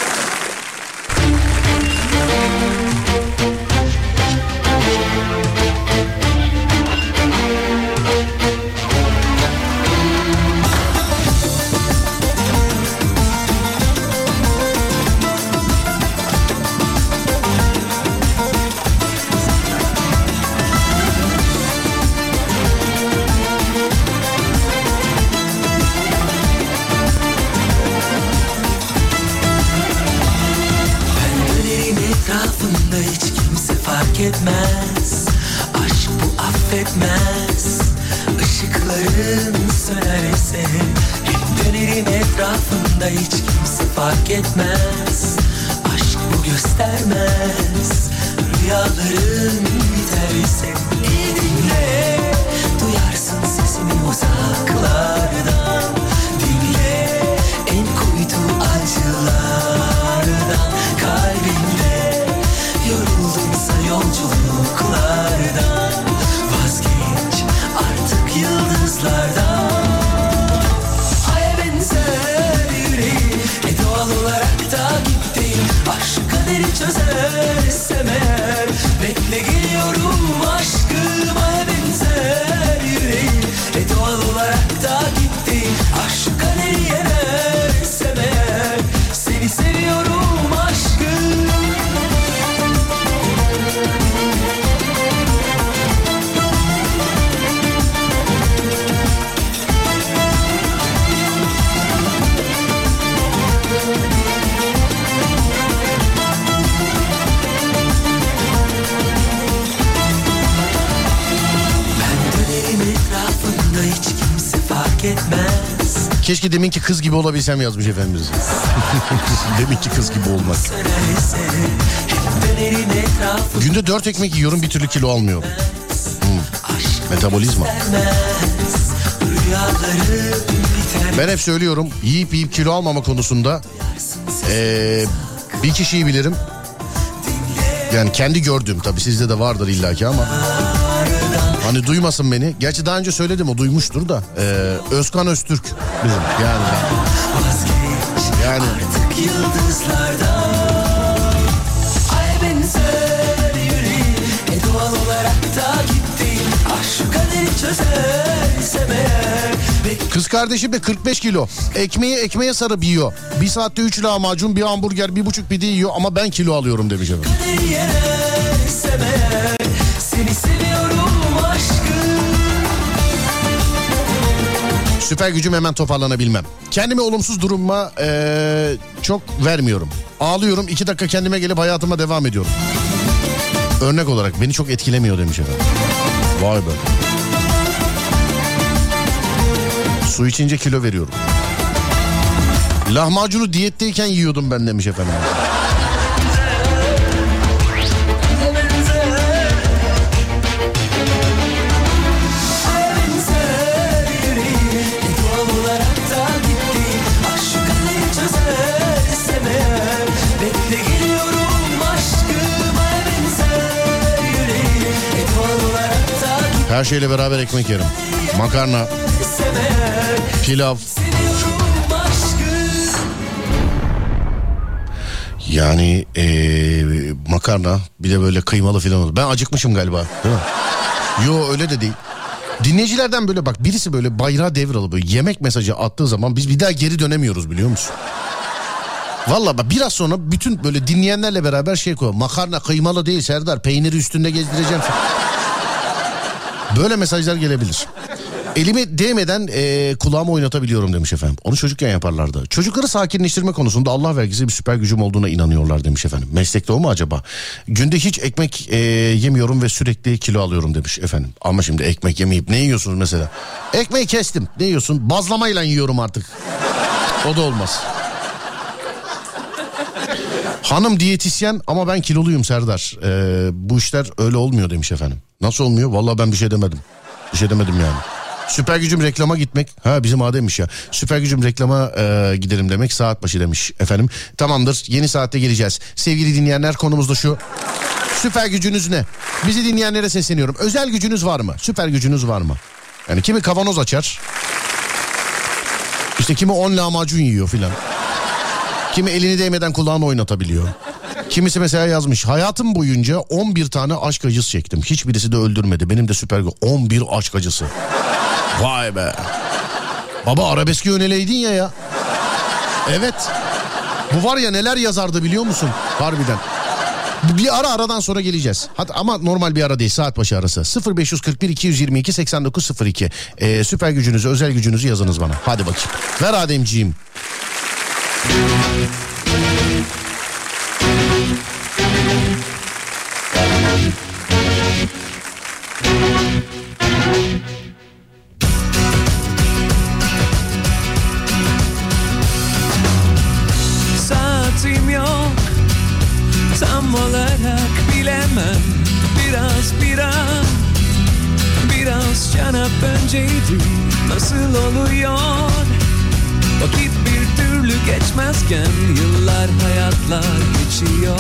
etmez, aşk bu affetmez. Işıkların sönerse hep dönerim etrafında, hiç kimse fark etmez. Aşk bu göstermez, rüyaların biterse iyi dinle, duyarsın sesimi uzaklardan. Dinle en kuytu acılardan, kalbimde yoruldumsa yolculuklardan, vazgeç artık yıldızlardan. Aya benzer yüreğim, e doğal olarak takipteyim. Aşk kaderi çözersem eğer, bekle geliyorum aşkım. Aya benzer yüreğim, e doğal olarak takipteyim. Aşk kaderi yenersem eğer, seni seviyorum aşkım. Hiç kimse fark etmez. Keşke deminki kız gibi olabilsem yazmış efendimiz. Deminki kız gibi olmak. Günde dört ekmek yiyorum, bir türlü kilo almıyorum. Hmm. Metabolizma. Ben hep söylüyorum, yiyip yiyip kilo almama konusunda ee, bir kişiyi bilirim. Yani kendi gördüğüm, tabii sizde de vardır illaki ama hani duymasın beni. Gerçi daha önce söyledim, o duymuştur da. Ee, Özkan Öztürk bizim yani. Yani. Artık yıldızlarda ay benzer yüreğim, e doğal olarak da gittim. Ah şu kaderi çözersem eğer. Kız kardeşim de kırk beş kilo. Ekmeği ekmeğe sarıp yiyor. Bir saatte üç lahmacun, bir hamburger, bir buçuk pide yiyor ama ben kilo alıyorum demiş efendim. Kaderi yenersem eğer, seni seviyorum aşkım. Süper gücüm hemen toparlanabilmem. Kendimi olumsuz duruma ee, çok vermiyorum. Ağlıyorum, iki dakika kendime gelip hayatıma devam ediyorum. Örnek olarak beni çok etkilemiyor demiş efendim. Vay be. Su içince kilo veriyorum. Lahmacunu diyetteyken yiyordum ben demiş efendim. Her şeyle beraber ekmek yerim. Makarna, pilav. Yani ee, makarna, bir de böyle kıymalı filan olur. Ben acıkmışım galiba, değil mi? Yo, öyle de değil. Dinleyicilerden böyle bak, birisi böyle bayrağı devralı böyle yemek mesajı attığı zaman biz bir daha geri dönemiyoruz, biliyor musun? Vallahi bak, biraz sonra bütün böyle dinleyenlerle beraber şey koyuyor. Makarna kıymalı değil Serdar, peyniri üstünde gezdireceğim. Böyle mesajlar gelebilir. Elimi değmeden e, kulağımı oynatabiliyorum demiş efendim. Onu çocukken yaparlardı. Çocukları sakinleştirme konusunda Allah vergisi bir süper gücüm olduğuna inanıyorlar demiş efendim. Meslekte o mu acaba? Günde hiç ekmek e, yemiyorum ve sürekli kilo alıyorum demiş efendim. Ama şimdi ekmek yemeyip ne yiyorsunuz mesela? Ekmeği kestim. Ne yiyorsun? Bazlamayla yiyorum artık. O da olmaz. Hanım diyetisyen ama ben kiloluyum Serdar. Ee, bu işler öyle olmuyor demiş efendim. Nasıl olmuyor? Vallahi ben bir şey demedim. Bir şey demedim yani. Süper gücüm reklama gitmek. Ha, bizim ademmiş ya. Süper gücüm reklama e, giderim demek, saat başı demiş efendim. Tamamdır, yeni saatte geleceğiz. Sevgili dinleyenler, konumuz da şu. Süper gücünüz ne? Bizi dinleyenlere sesleniyorum. Özel gücünüz var mı? Süper gücünüz var mı? Yani kimi kavanoz açar. İşte kimi on lahmacun yiyor filan. Kimi elini değmeden kulağını oynatabiliyor. Kimisi mesela yazmış, hayatım boyunca on bir tane aşk acısı çektim. Hiçbirisi de öldürmedi. Benim de süper on bir aşk acısı. Vay be. Baba, arabeske yöneleydin ya ya. Evet. Bu var ya, neler yazardı biliyor musun? Harbiden. Bir ara, aradan sonra geleceğiz. Hatta ama normal bir ara değil, saat başı arası. sıfır beş kırk bir iki yüz yirmi iki seksen dokuz sıfır iki. Ee, süper gücünüzü, özel gücünüzü yazınız bana. Hadi bakayım. Ver Ademciğim. Saatim yok tam olarak, bilemem. Biraz biraz biraz canap önceydi. Nasıl oluyor? Vakit bir türlü geçmezken yıllar, hayatlar geçiyor.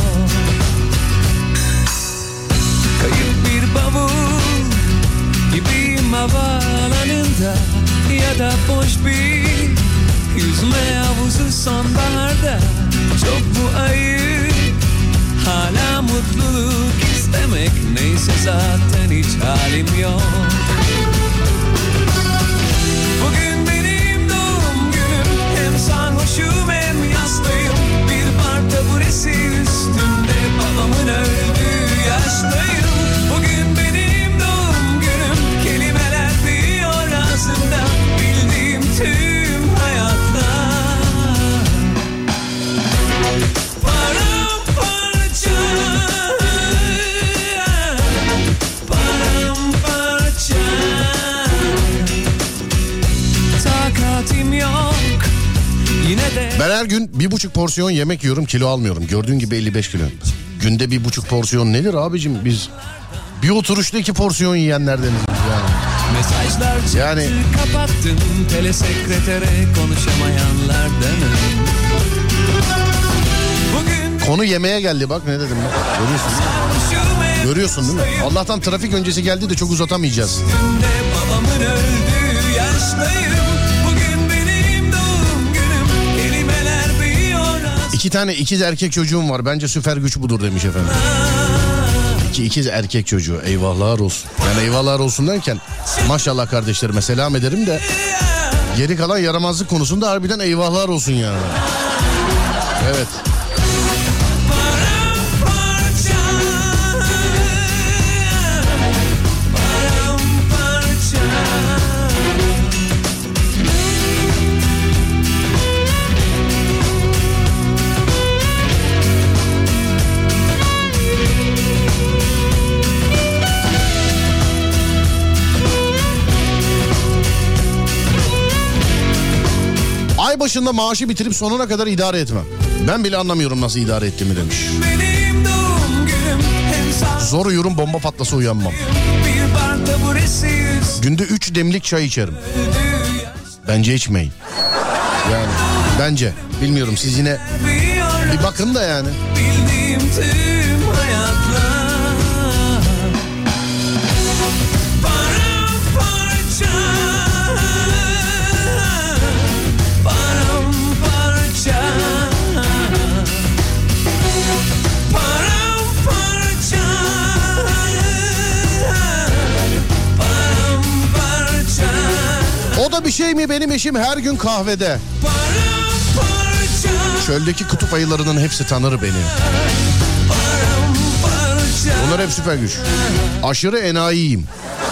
Kayıp bir bavul gibiyim havaalanında, ya da boş bir yüzme havuzu sonbaharda. Çok bu ayıp, hala mutluluk istemek, neyse zaten hiç halim yok. Bugün benim doğum günüm, hem sarhoşum hem yastayım. Bir park taburesi üstünde babamın öldüğü yaştayım. Bugün benim doğum günüm, kelimeler büyüyor ağzımda, bildiğim tüm hayatlar. Paramparça, paramparça. Takatim yok. Ben her gün bir buçuk porsiyon yemek yiyorum, kilo almıyorum. Gördüğün gibi elli beş kilo. Günde bir buçuk porsiyon nedir abicim? Biz bir oturuşta iki porsiyon yiyenlerdeniz yani. Mesajlar yani kapattım, telesekretere konuşamayanlardanım. Bugün Konu yemeğe geldi bak ne dedim ben. Görüyorsun değil mi? Görüyorsun değil mi? Allah'tan trafik öncesi geldi de çok uzatamayacağız. Babamın öldüğü yaştayım. Bugün benim doğum günüm. Kelimeler büyüyor. İki tane ikiz erkek çocuğum var. Bence süper güç budur demiş efendim. İki ikiz erkek çocuğu. Eyvahlar olsun. Yani eyvahlar olsun derken maşallah kardeşlerime selam ederim de geri kalan yaramazlık konusunda harbiden eyvahlar olsun yani. Evet. Ay başında maaşı bitirip sonuna kadar idare etmem. Ben bile anlamıyorum nasıl idare ettiğimi demiş. Zor uyurum, bomba patlasa uyanmam. Günde üç demlik çay içerim. Bence içmeyin. Yani bence. Bilmiyorum, siz yine bir bakın da yani. Bildiğim tüm hayatlar. O da bir şey mi, benim eşim her gün kahvede. Çöldeki kutup ayılarının hepsi tanır beni. Bunlar hep süper güç. Aşırı enayiyim.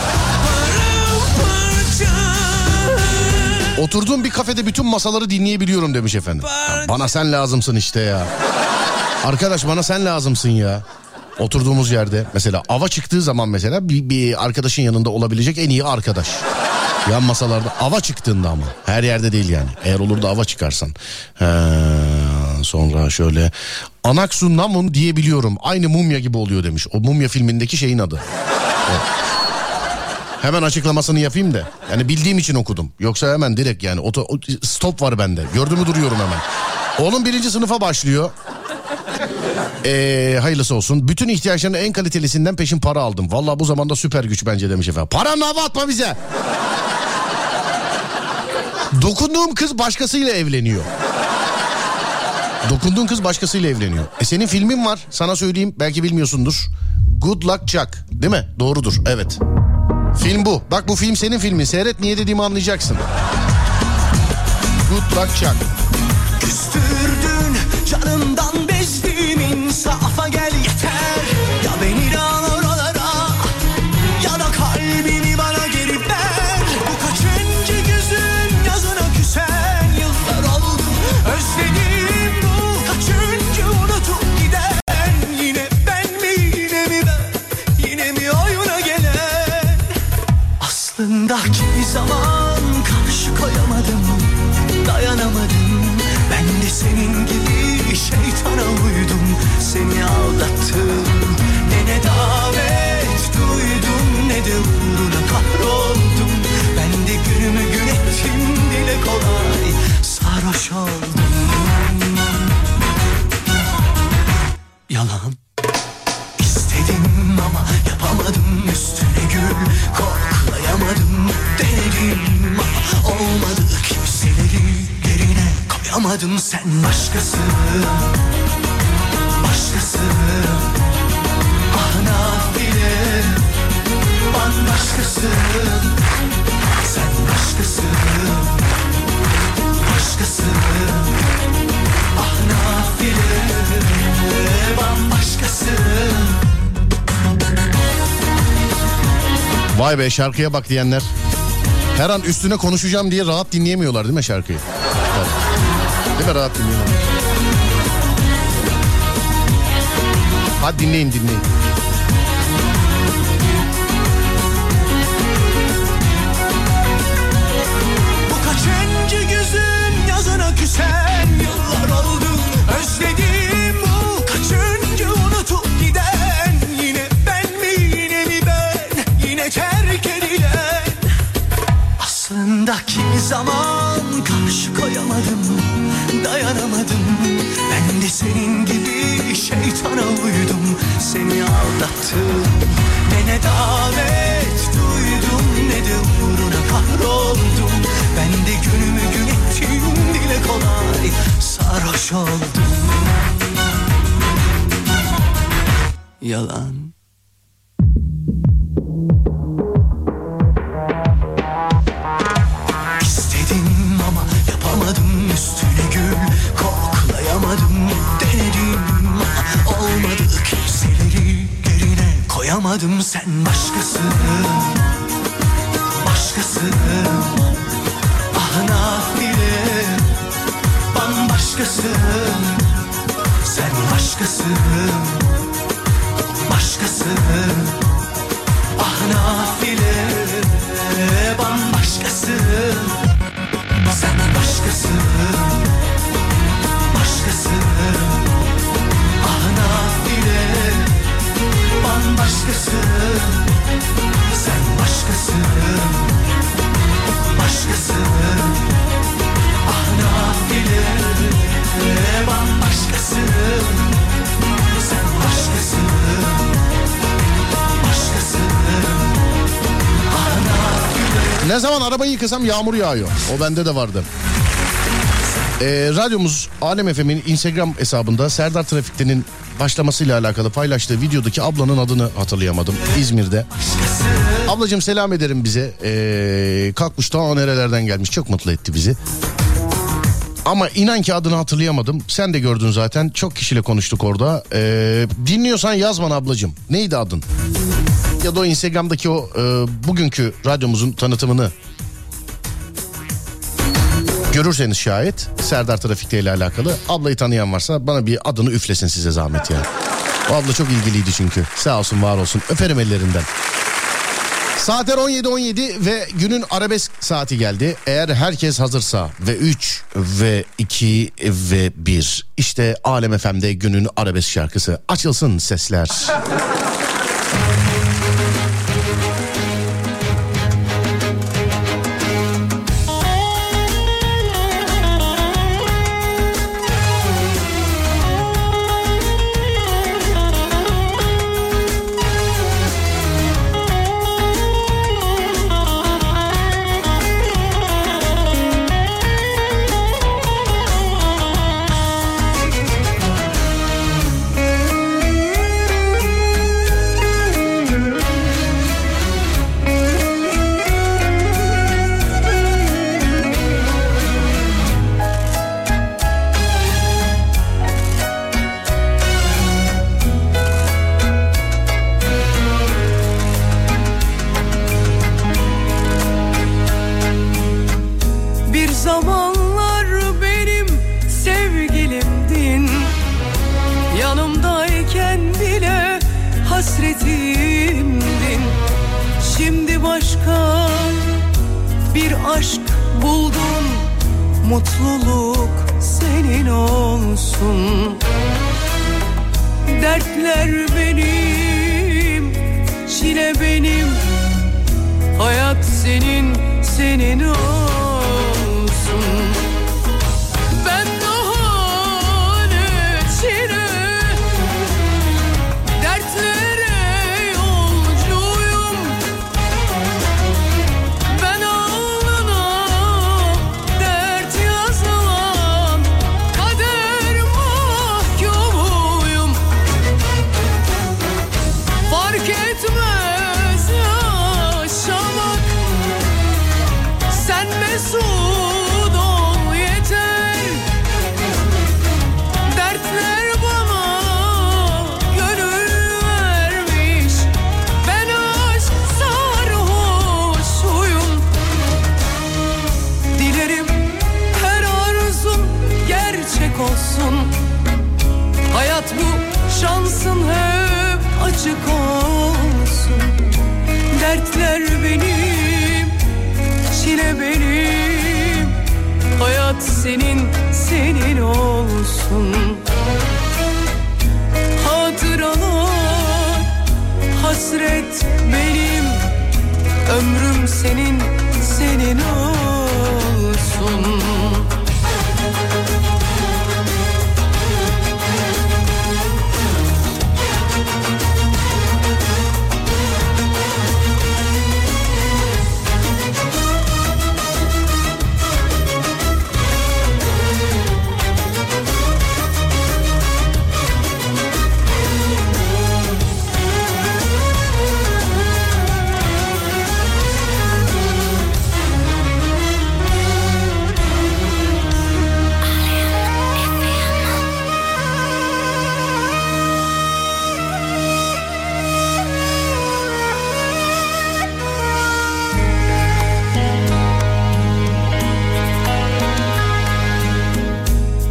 Oturduğum bir kafede bütün masaları dinleyebiliyorum demiş efendim. Ya bana sen lazımsın işte ya. Arkadaş bana sen lazımsın ya. Oturduğumuz yerde mesela ava çıktığı zaman mesela bir, bir arkadaşın yanında olabilecek en iyi arkadaş. Yan masalarda ava çıktığında ama her yerde değil yani. Eğer olur da ava çıkarsan. He, sonra şöyle Anaksu Namun diyebiliyorum. Aynı mumya gibi oluyor demiş. O mumya filmindeki şeyin adı. Evet. Hemen açıklamasını yapayım da. Yani bildiğim için okudum. Yoksa hemen direkt yani oto, stop var bende. Gördü mü duruyorum hemen. Oğlum birinci sınıfa başlıyor. Ee, hayırlısı olsun. Bütün ihtiyaçlarının en kalitelisinden peşin para aldım. Vallahi bu zamanda süper güç bence demiş efendim. Paranı hava atma bize. Dokunduğum kız başkasıyla evleniyor. Dokunduğun kız başkasıyla evleniyor. E senin filmin var. Sana söyleyeyim. Belki bilmiyorsundur. Good Luck Chuck. Değil mi? Doğrudur. Evet. Film bu. Bak bu film senin filmin. Seyret, niye dediğimi anlayacaksın. Good Luck Chuck. Küstürdün canımdan bezdim, insafa gel yeter. Ya beni de al oralara ya da kalbimi bana geri ver. Bu kaçıncı gözün yazına küsen, yıllar oldu özledim. Bu kaçıncı unutup giden, yine ben mi yine mi ben, yine mi oyuna gelen. Aslında kimi zaman karşı koyamadım, dayanamadım. Ben de senin gibi şeytana uydum, seni aldattım. Ne ne davet duydum, ne de uğruna kahroldum. Ben de günümü gün ettim, dile kolay sarhoş oldum. Yalan istedim ama yapamadım, üstüne gül koklayamadım. Denedim ama olmadı, kimseleri yerine koyamadım. Sen başkasın, başkasın. Ah nafile, bambaşkasın. Sen başkasın, başkasın. Ah nafile, bambaşkasın. Vay be, şarkıya bak diyenler. Her an üstüne konuşacağım diye rahat dinleyemiyorlar değil mi şarkıyı? Tabii. Değil mi, rahat dinleyemiyorlar. Hadi dinleyin dinleyin. Bu kaçıncı gözün yazına küsen, yıllar oldu özledim. Bu kaçıncı unutup giden, yine ben mi yine mi ben, yine terk edilen. Aslında kimi zaman karşı koyamadım, dayanamadım. Ben de senin gibi çaldım. Yalan. İstedim ama yapamadım, üstüne gül koklayamadım. Denedim ama olmadı, kimseleri yerine koyamadım. Sen başkasın, başkasın. Ah nafile, bambaşkasın. Sen başkasın, başkasın. Ah nafile, bambaşkasın. Sen başkasın, başkasın. Ah nafile, bambaşkasın. Sen başkasın, başkasın. Ah nafile, bambaşkasın. Sen başkasın, başkasın. Ah nafile. Ne zaman arabayı yıkasam yağmur yağıyor. O bende de vardı. Ee, radyomuz Alem F M'in Instagram hesabında Serdar Trafik'te'nin başlamasıyla alakalı paylaştığı videodaki ablanın adını hatırlayamadım. İzmir'de. Ablacığım selam ederim bize. Ee, kalkmış ta nerelerden gelmiş. Çok mutlu etti bizi. Ama inan ki adını hatırlayamadım. Sen de gördün zaten. Çok kişiyle konuştuk orada. Ee, dinliyorsan yaz bana ablacığım. Neydi adın? Ya da o Instagram'daki o e, bugünkü radyomuzun tanıtımını görürseniz şayet Serdar Trafik'te ile alakalı, ablayı tanıyan varsa bana bir adını üflesin size zahmet yani. O abla çok ilgiliydi çünkü. Sağ olsun, var olsun. Öperim ellerinden. Saatler on yedi on yedi ve günün arabesk saati geldi. Eğer herkes hazırsa ve üç ve iki ve bir. İşte Alem F M'de günün arabesk şarkısı. Açılsın sesler.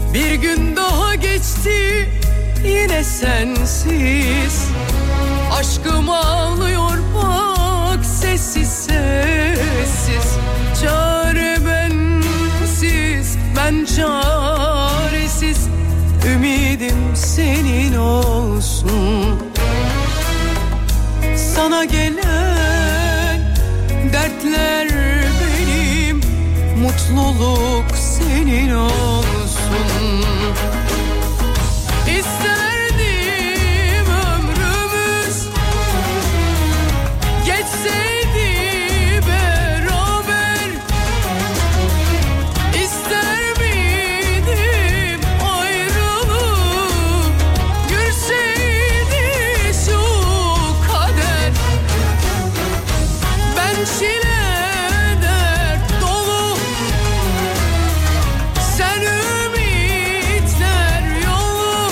Bir gün daha geçti yine sensiz. Aşkım ağlıyor bak sessiz sessiz. Çare bensiz, ben çaresiz. Ümidim senin olsun. Sana gelen dertler benim, mutluluk senin olsun. İsterdim ömrümüz geçseydi beraber. İster miydim ayrılık görseydi şu kader. Ben çile dert dolu, sen ümitler yolu.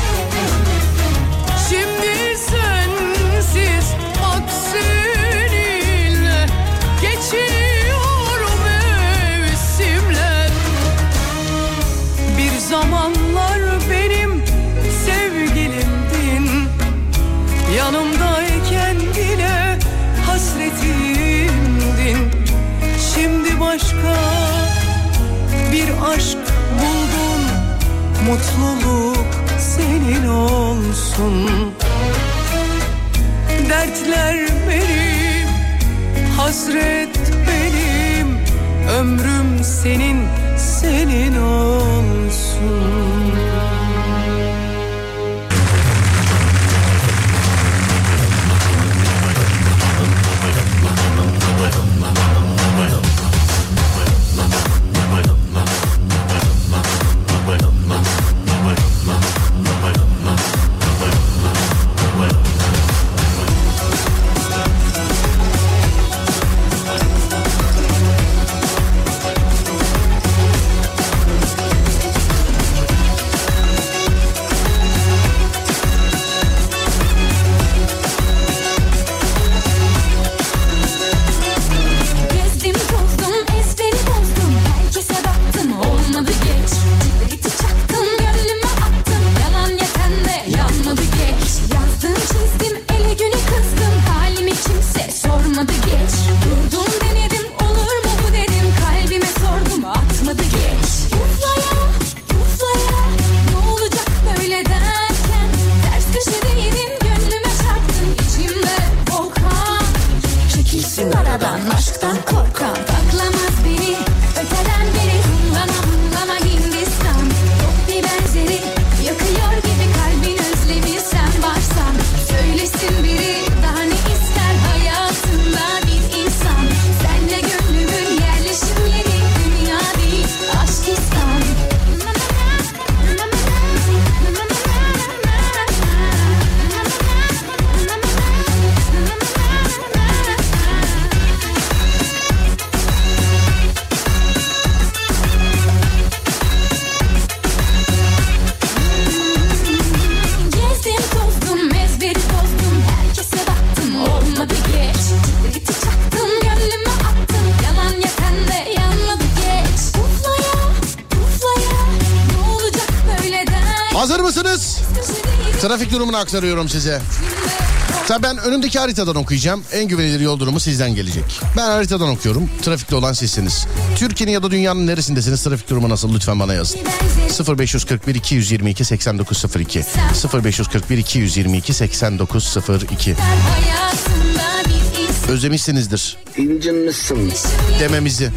Şimdi sensiz bak seninle geçiyor mevsimler. Bir zamanlar benim sevgilimdin, yanımdayken bile hasretimdin. Şimdi başka bir aşk buldun, mutluluk senin olsun. Dertler benim, hasret benim, ömrüm senin, senin olsun. Gezdim tozdum ezberi bozdum, herkese baktım olmadı geç. Cigareti çaktım gönlüme attım, yalan yeten de yanmadı geç. Yazdım çizdim ele güne kızdım, halimi kimse sormadı geç. Durdum denedim olur mu bu dedim, kalbime sordum atmadı geç. Uflaya uflaya ne olacak böyle derken, ters köşedeydim gönlüme çarptım içimde volkan. Çekilsin aradan aşktan korkan, baklamaz beni öteden beri. Hınlana hınlana Hindistan, yok bir benzeri, yakıyor gibi kalbin özlemi. Sen varsan söylesin biri, daha ne ister hayatında bir insan. Senle gönlümün yerleşim yeri, dünya değil aşkistan. Gezdim tozdum ezberi bozdum, herkese baktım olmadı geç. Cigareti çaktım gönlüme attım, yalan yeten de yanmadı geç. Uflaya uflaya ne olacak böyle der. Hazır mısınız? Trafik durumunu aktarıyorum size. Tabii ben önümdeki haritadan okuyacağım. En güvenilir yol durumu sizden gelecek. Ben haritadan okuyorum. Trafikte olan sizsiniz. Türkiye'nin ya da dünyanın neresindesiniz? Trafik durumu nasıl? Lütfen bana yazın. sıfır beş kırk bir iki yüz yirmi iki seksen dokuz sıfır iki sıfır beş kırk bir iki yüz yirmi iki seksen dokuz sıfır iki. Hayatında bir insan. Özlemişsinizdir İncinmişsin dememizi.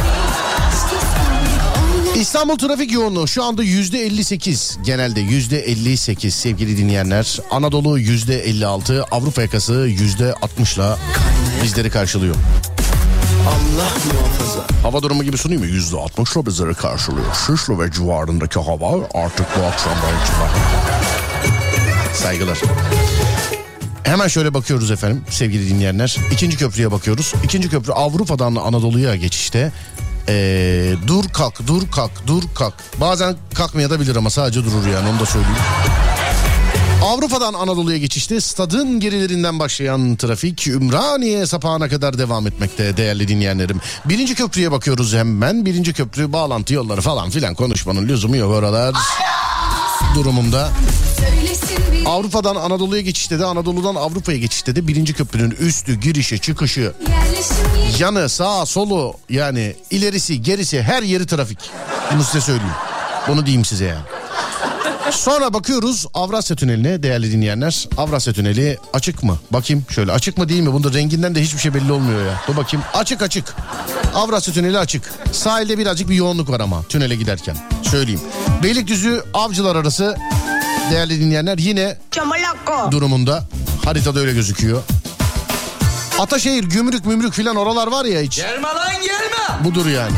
İstanbul trafik yoğunluğu şu anda yüzde elli sekiz, genelde yüzde elli sekiz sevgili dinleyenler. Anadolu yüzde elli altı, Avrupa yakası yüzde altmışla bizleri karşılıyor. Allah muhafaza. Hava durumu gibi sunayım mı? yüzde altmışla bizleri karşılıyor. Şişli ve civarındaki hava artık bu akşam boyunca. Saygılar. Hemen şöyle bakıyoruz efendim sevgili dinleyenler. İkinci köprüye bakıyoruz. İkinci köprü Avrupa'dan Anadolu'ya geçişte. Ee, dur kalk dur kalk dur kalk. Bazen kalkmayabilir ama sadece durur yani, onu da söyleyeyim. Avrupa'dan Anadolu'ya geçişte stadın gerilerinden başlayan trafik Ümraniye sapağına kadar devam etmekte değerli dinleyenlerim. Birinci köprüye bakıyoruz hemen. Birinci köprü bağlantı yolları falan filan konuşmanın lüzumu yok oralar durumunda. Avrupa'dan Anadolu'ya geçişte de Anadolu'dan Avrupa'ya geçişte de birinci köprünün üstü, girişi, çıkışı, yanı, sağa, solu, yani ilerisi, gerisi, her yeri trafik. Bunu size söyleyeyim. Bunu diyeyim size yani. Sonra bakıyoruz Avrasya Tüneli'ne değerli dinleyenler. Avrasya Tüneli açık mı? Bakayım şöyle, açık mı değil mi? Bunda renginden de hiçbir şey belli olmuyor ya. Dur bakayım. Açık açık. Avrasya Tüneli açık. Sahilde birazcık bir yoğunluk var ama tünele giderken. Söyleyeyim. Beylikdüzü Avcılar arası değerli dinleyenler yine durumunda. Haritada öyle gözüküyor. Ataşehir, Gümrük, Mümrük filan oralar var ya hiç. Gelme lan gelme. Budur yani.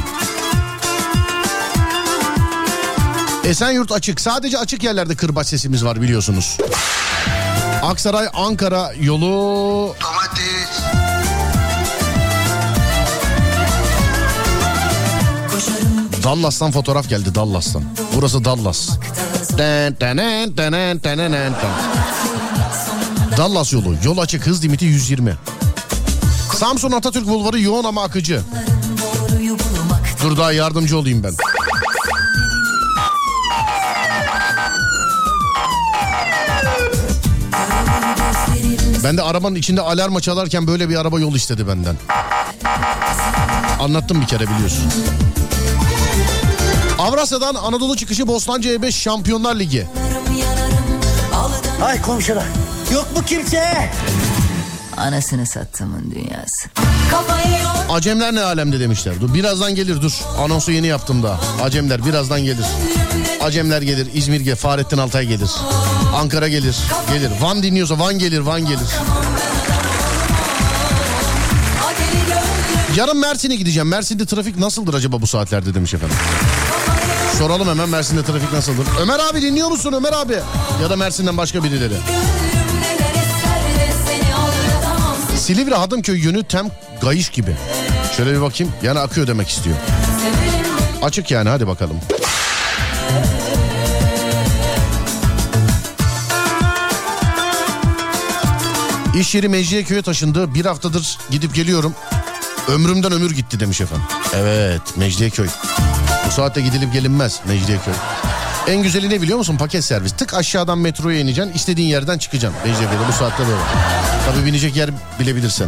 Esenyurt açık. Sadece açık yerlerde kırbaç sesimiz var biliyorsunuz. Aksaray Ankara yolu. Domates. Dallas'tan fotoğraf geldi, Dallas'tan. Burası Dallas. Dallas yolu. Yol açık, hız limiti yüz yirmi. Samsun Atatürk Bulvarı yoğun ama akıcı. Dur daha yardımcı olayım ben. Ben de arabanın içinde alarma çalarken böyle bir araba yol istedi benden. Anlattım bir kere biliyorsun. Avrasya'dan Anadolu çıkışı Bostancı E beş Şampiyonlar Ligi. Hay komşular, yok mu kimse? Anasını sattımın dünyası. Acemler ne alemde demişler. Dur birazdan gelir dur. Anonsu yeni yaptım da. Acemler birazdan gelir. Acemler gelir, İzmir gelir, Fahrettin Altay gelir. Ankara gelir, gelir. Van dinliyorsa Van gelir, Van gelir. Yarın Mersin'e gideceğim. Mersin'de trafik nasıldır acaba bu saatlerde demiş efendim. Soralım hemen Mersin'de trafik nasıldır. Ömer abi dinliyor musun Ömer abi? Ya da Mersin'den başka birileri. Silivri Hadımköy yönü tem Gayış gibi. Şöyle bir bakayım. Yani akıyor demek istiyor. Açık yani, hadi bakalım. İş yeri Mecidiyeköy'e taşındı. Bir haftadır gidip geliyorum. Ömrümden ömür gitti demiş efendim. Evet, Mecidiyeköy. Bu saatte gidilip gelinmez Mecidiyeköy. En güzeli ne biliyor musun? Paket servis. Tık aşağıdan metroya ineceksin. İstediğin yerden çıkacaksın. Mecidiyeköy'de bu saatte böyle. Tabii binecek yer bilebilirsen.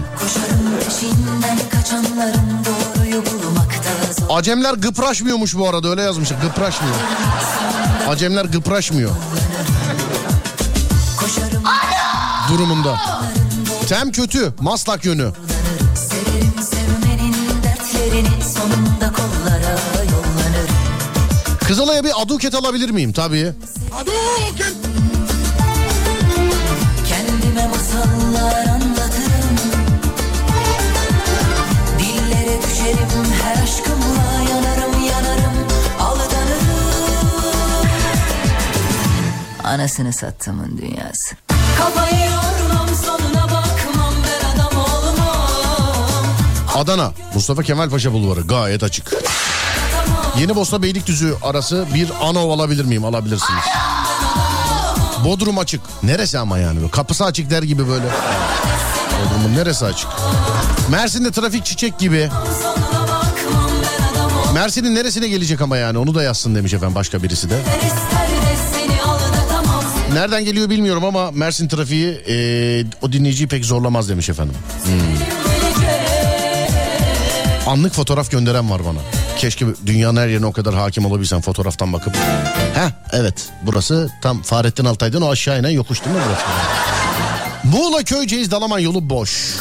Acemler gıpraşmıyormuş bu arada, öyle yazmışlar. Gıpraşmıyor. Acemler gıpraşmıyor. Durumunda. Tem kötü. Maslak yönü. Kızılay'a bir aduket alabilir miyim? Tabii. Aduket. Kendime masallar anlatırım. Dillere düşerim, her aşkımla yanarım yanarım, aldanırım. Anasını sattımın dünyası. Kafayı yormam, sonuna bakmam, ben adam olmam. Adana Mustafa Kemal Paşa Bulvarı gayet açık. Yeni Bosna Beylikdüzü arası bir Anov alabilir miyim? Alabilirsiniz. Bodrum açık. Neresi ama yani? Kapısı açık der gibi böyle. Bodrum'un neresi açık? Mersin'de trafik çiçek gibi. Mersin'in neresine gelecek ama yani? Onu da yazsın demiş efendim başka birisi de. Nereden geliyor bilmiyorum ama Mersin trafiği e, o dinleyiciyi pek zorlamaz demiş efendim. Hmm. Anlık fotoğraf gönderen var bana. Keşke dünyanın her yerine o kadar hakim olabilsem fotoğraftan bakıp. Heh evet, burası tam Fahrettin Altay'dan o aşağı inen yokuş değil mi burası? Muğla Köyceğiz Dalaman yolu boş.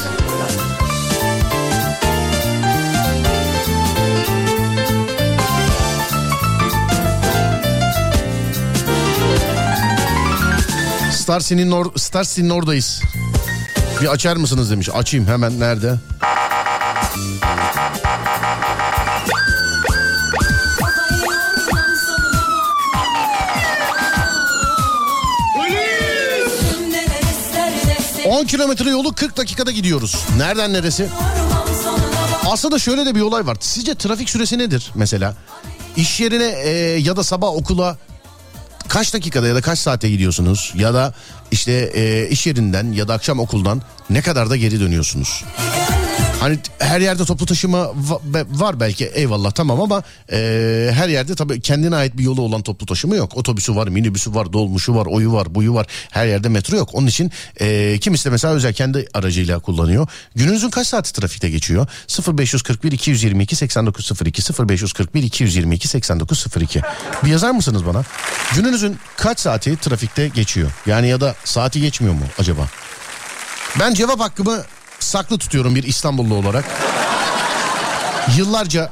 Star City'nin or- Star City'nin oradayız. Bir açar mısınız demiş. Açayım hemen, nerede? on kilometre yolu kırk dakikada gidiyoruz. Nereden neresi? Aslında şöyle de bir olay var. Sizce trafik süresi nedir mesela? İş yerine e, ya da sabah okula kaç dakikada ya da kaç saate gidiyorsunuz? Ya da işte e, iş yerinden ya da akşam okuldan ne kadar da geri dönüyorsunuz? Hani her yerde toplu taşıma va- var belki, eyvallah, tamam, ama e, her yerde tabii kendine ait bir yolu olan toplu taşıma yok. Otobüsü var, minibüsü var, dolmuşu var, oyu var, buyu var. Her yerde metro yok. Onun için e, kimisi de mesela özel kendi aracıyla kullanıyor. Gününüzün kaç saati trafikte geçiyor? sıfır beş kırk bir iki yüz yirmi iki seksen dokuz sıfır iki sıfır beş kırk bir iki yüz yirmi iki seksen dokuz sıfır iki. Bir yazar mısınız bana? Gününüzün kaç saati trafikte geçiyor? Yani ya da saati geçmiyor mu acaba? Ben cevap hakkımı saklı tutuyorum bir İstanbullu olarak. Yıllarca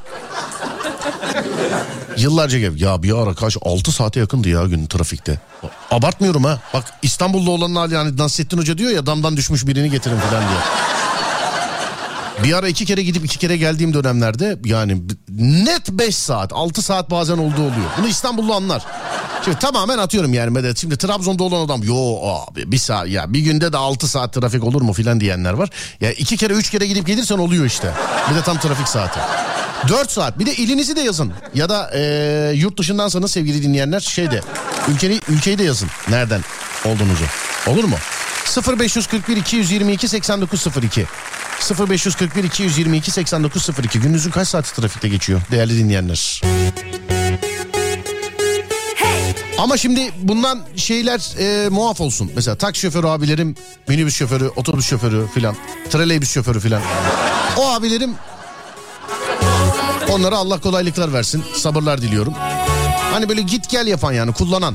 Yıllarca ya bir ara kaç altı saate yakındı ya gün trafikte. Abartmıyorum ha. Bak İstanbullu olanın hali, yani Nasrettin Hoca diyor ya, damdan düşmüş birini getirin falan diye. Bir ara iki kere gidip iki kere geldiğim dönemlerde yani net beş saat altı saat bazen olduğu oluyor. Bunu İstanbullu anlar. Şimdi tamamen atıyorum yani Medet. Şimdi Trabzon'da olan adam yo abi bir saat ya bir günde de altı saat trafik olur mu filan diyenler var. Ya iki kere üç kere gidip gelirsen oluyor işte. Bir de tam trafik saati. dört saat. Bir de ilinizi de yazın. Ya da e, yurt dışındansanız sevgili dinleyenler şeyde ülkeyi, ülkeyi de yazın. Nereden olduğunuzu. Olur mu? sıfır beş kırk bir iki yüz yirmi iki seksen dokuz sıfır iki sıfır beş kırk bir iki yüz yirmi iki seksen dokuz sıfır iki. Gününüzün kaç saati trafikte geçiyor değerli dinleyenler? Ama şimdi bundan şeyler e, muaf olsun. Mesela taksi şoförü abilerim, minibüs şoförü, otobüs şoförü filan, trolleybüs şoförü filan. O abilerim, onlara Allah kolaylıklar versin, sabırlar diliyorum. Hani böyle git gel yapan, yani kullanan.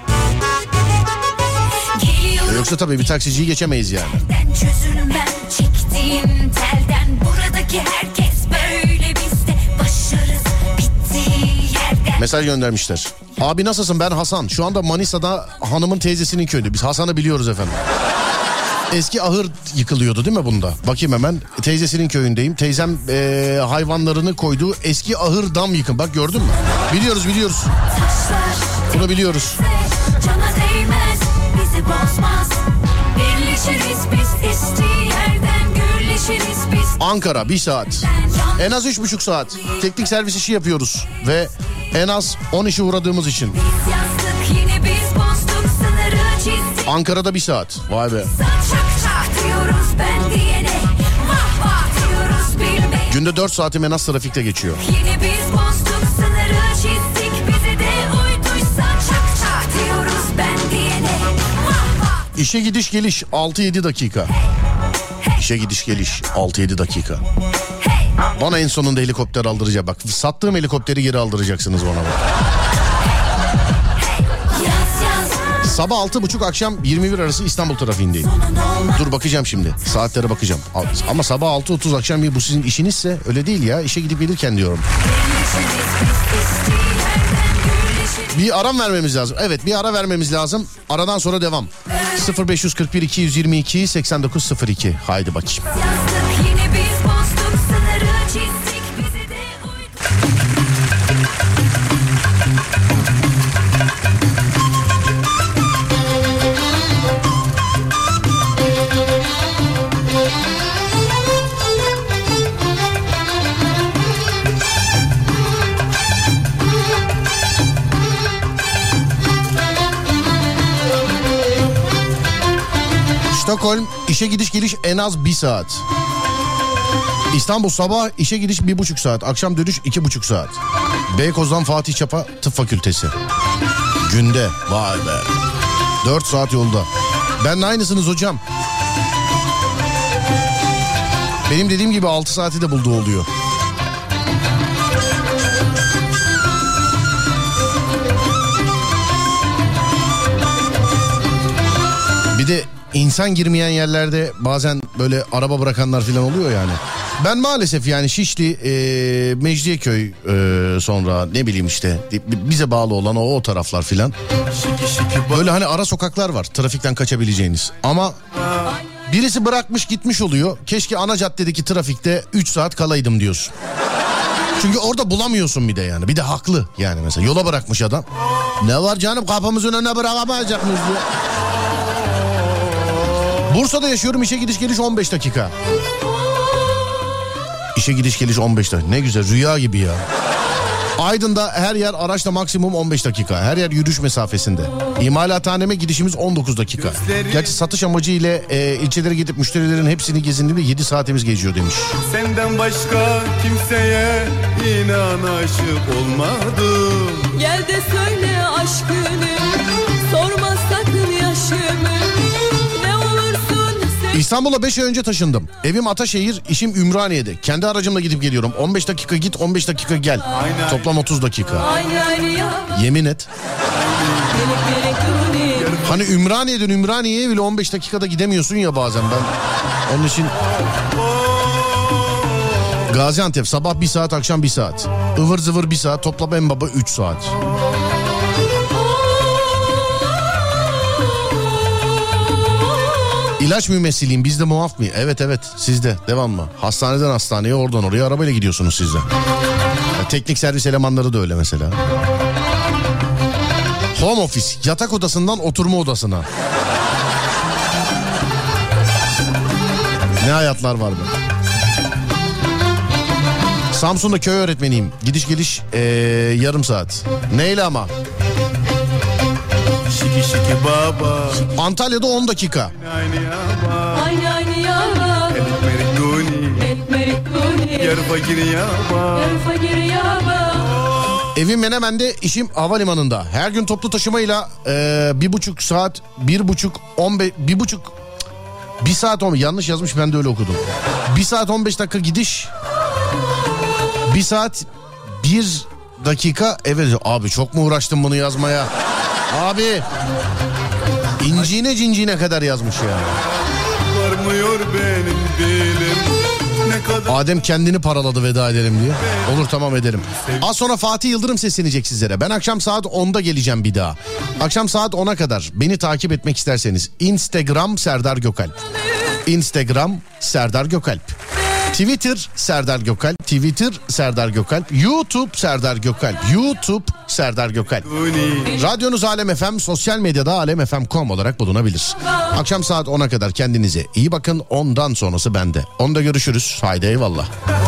Yoksa tabii bir taksiciyi geçemeyiz yani. Çözülmem çektiğim telden, buradaki herkes böyle, bizde başarız bittiği yerde. Mesaj göndermişler. Abi nasılsın, ben Hasan. Şu anda Manisa'da hanımın teyzesinin köyünde. Biz Hasan'ı biliyoruz efendim. Eski ahır yıkılıyordu değil mi bunda? Bakayım hemen. Teyzesinin köyündeyim. Teyzem ee, hayvanlarını koyduğu eski ahır dam yıkın. Bak gördün mü? Biliyoruz biliyoruz. Bunu biliyoruz. Cana değmez, bizi bozmaz. Birleşiriz biz, estiği yerden gürleşiriz biz. Ankara bir saat. En az üç buçuk saat. Teknik servis işi yapıyoruz. Ve en az on işe uğradığımız için. Biz yazdık yine biz bozduk, sınırı çizdik. Ankara'da bir saat. Vay be. Çak çak diyoruz ben diyene, vah vah diyoruz bilme. Günde dört saatim en az trafikte geçiyor. Yine biz bozduk, sınırı çizdik. Bize de uyduysa çak çak diyoruz ben diyene, vah vah. İşe gidiş geliş altı yedi dakika. İşe gidiş geliş altı yedi dakika. Bana en sonunda helikopter aldıracak. Bak sattığım helikopteri geri aldıracaksınız bana bak. Sabah altı buçuk akşam yirmi bir arası İstanbul trafiğindeyim. Dur bakacağım şimdi. Saatlere bakacağım. Ama sabah altı otuz akşam bir, bu sizin işinizse öyle değil ya. İşe gidip gelirken diyorum. Bir ara vermemiz lazım. Evet bir ara vermemiz lazım. Aradan sonra devam. sıfır beş kırk bir iki yüz yirmi iki seksen dokuz sıfır iki. Haydi bakayım. Yine biz bozduk, sınırı çizdik. Bize de Stockholm işe gidiş geliş en az bir saat. İstanbul sabah işe gidiş bir buçuk saat. Akşam dönüş iki buçuk saat. Beykoz'dan Fatih Çapa Tıp Fakültesi. Günde. Vay be. Dört saat yolda. Ben de aynısınız hocam. Benim dediğim gibi altı saati de bulduğu oluyor. Bir de İnsan girmeyen yerlerde bazen böyle araba bırakanlar falan oluyor yani. Ben maalesef yani Şişli, e, Mecidiyeköy, e, sonra ne bileyim işte bize bağlı olan o, o taraflar filan. Böyle hani ara sokaklar var trafikten kaçabileceğiniz. Ama birisi bırakmış gitmiş oluyor. Keşke ana caddedeki trafikte üç saat kalaydım diyorsun. Çünkü orada bulamıyorsun bir de yani. Bir de haklı yani mesela yola bırakmış adam. Ne var canım kapımızın önüne bırakamayacak mıyız diyor. Bursa'da yaşıyorum, işe gidiş geliş on beş dakika. İşe gidiş geliş on beş dakika. Ne güzel, rüya gibi ya. Aydın'da her yer araçla maksimum on beş dakika. Her yer yürüyüş mesafesinde. İmalathaneme gidişimiz on dokuz dakika. Gerçi satış amacı ile e, ilçelere gidip müşterilerin hepsini gezindiğimde yedi saatimiz geçiyor demiş. Senden başka kimseye inan aşık olmadım. Gel de söyle aşkını, sorma sakın yaşımı. Ne olursun sen... İstanbul'a beş ay önce taşındım. Evim Ataşehir, işim Ümraniye'de. Kendi aracımla gidip geliyorum. on beş dakika git, on beş dakika gel. Aynen. Toplam otuz dakika. Aynen. Yemin et. Hani Ümraniye'den Ümraniye'ye bile on beş dakikada gidemiyorsun ya bazen, ben onun için... Gaziantep sabah bir saat, akşam bir saat. Ivır zıvır bir saat, toplam en baba üç saat. İlaç mümessiliyim, bizde muaf mı? Evet evet, sizde devamlı. Hastaneden hastaneye, oradan oraya arabayla gidiyorsunuz sizde. Ya, teknik servis elemanları da öyle mesela. Home office, yatak odasından oturma odasına. Ne hayatlar var be. Samsun'da köy öğretmeniyim. Gidiş geliş ee, yarım saat. Neyle ama? Şiki şiki baba. Antalya'da on dakika. Aynı aynı yaba. Ekmerik duni. Ekmerik duni. Yarı fakir yaba. Yarı fakir yaba. Evim Menemen'de, işim havalimanında. Her gün toplu taşımayla ee, bir buçuk saat, bir buçuk, on beş, bir buçuk, bir saat on, yanlış yazmış, ben de öyle okudum. Bir saat on beş dakika gidiş. Bir saat bir dakika evet. Abi çok mu uğraştım bunu yazmaya? Abi inciğine cinciğine kadar yazmış ya. Varmıyor benim dilim. Ne kadar... Adem kendini paraladı veda edelim diye. Olur tamam edelim. Az sonra Fatih Yıldırım seslenecek sizlere. Ben akşam saat onda geleceğim bir daha. Akşam saat ona kadar beni takip etmek isterseniz Instagram Serdar Gökalp. Instagram Serdar Gökalp. Twitter Serdar Gökalp, Twitter Serdar Gökalp, YouTube Serdar Gökalp, YouTube Serdar Gökalp. Radyonuz Alem F M, sosyal medyada alem f m nokta com olarak bulunabilir. Akşam saat ona kadar kendinize iyi bakın, ondan sonrası bende. Onda görüşürüz. Haydi eyvallah.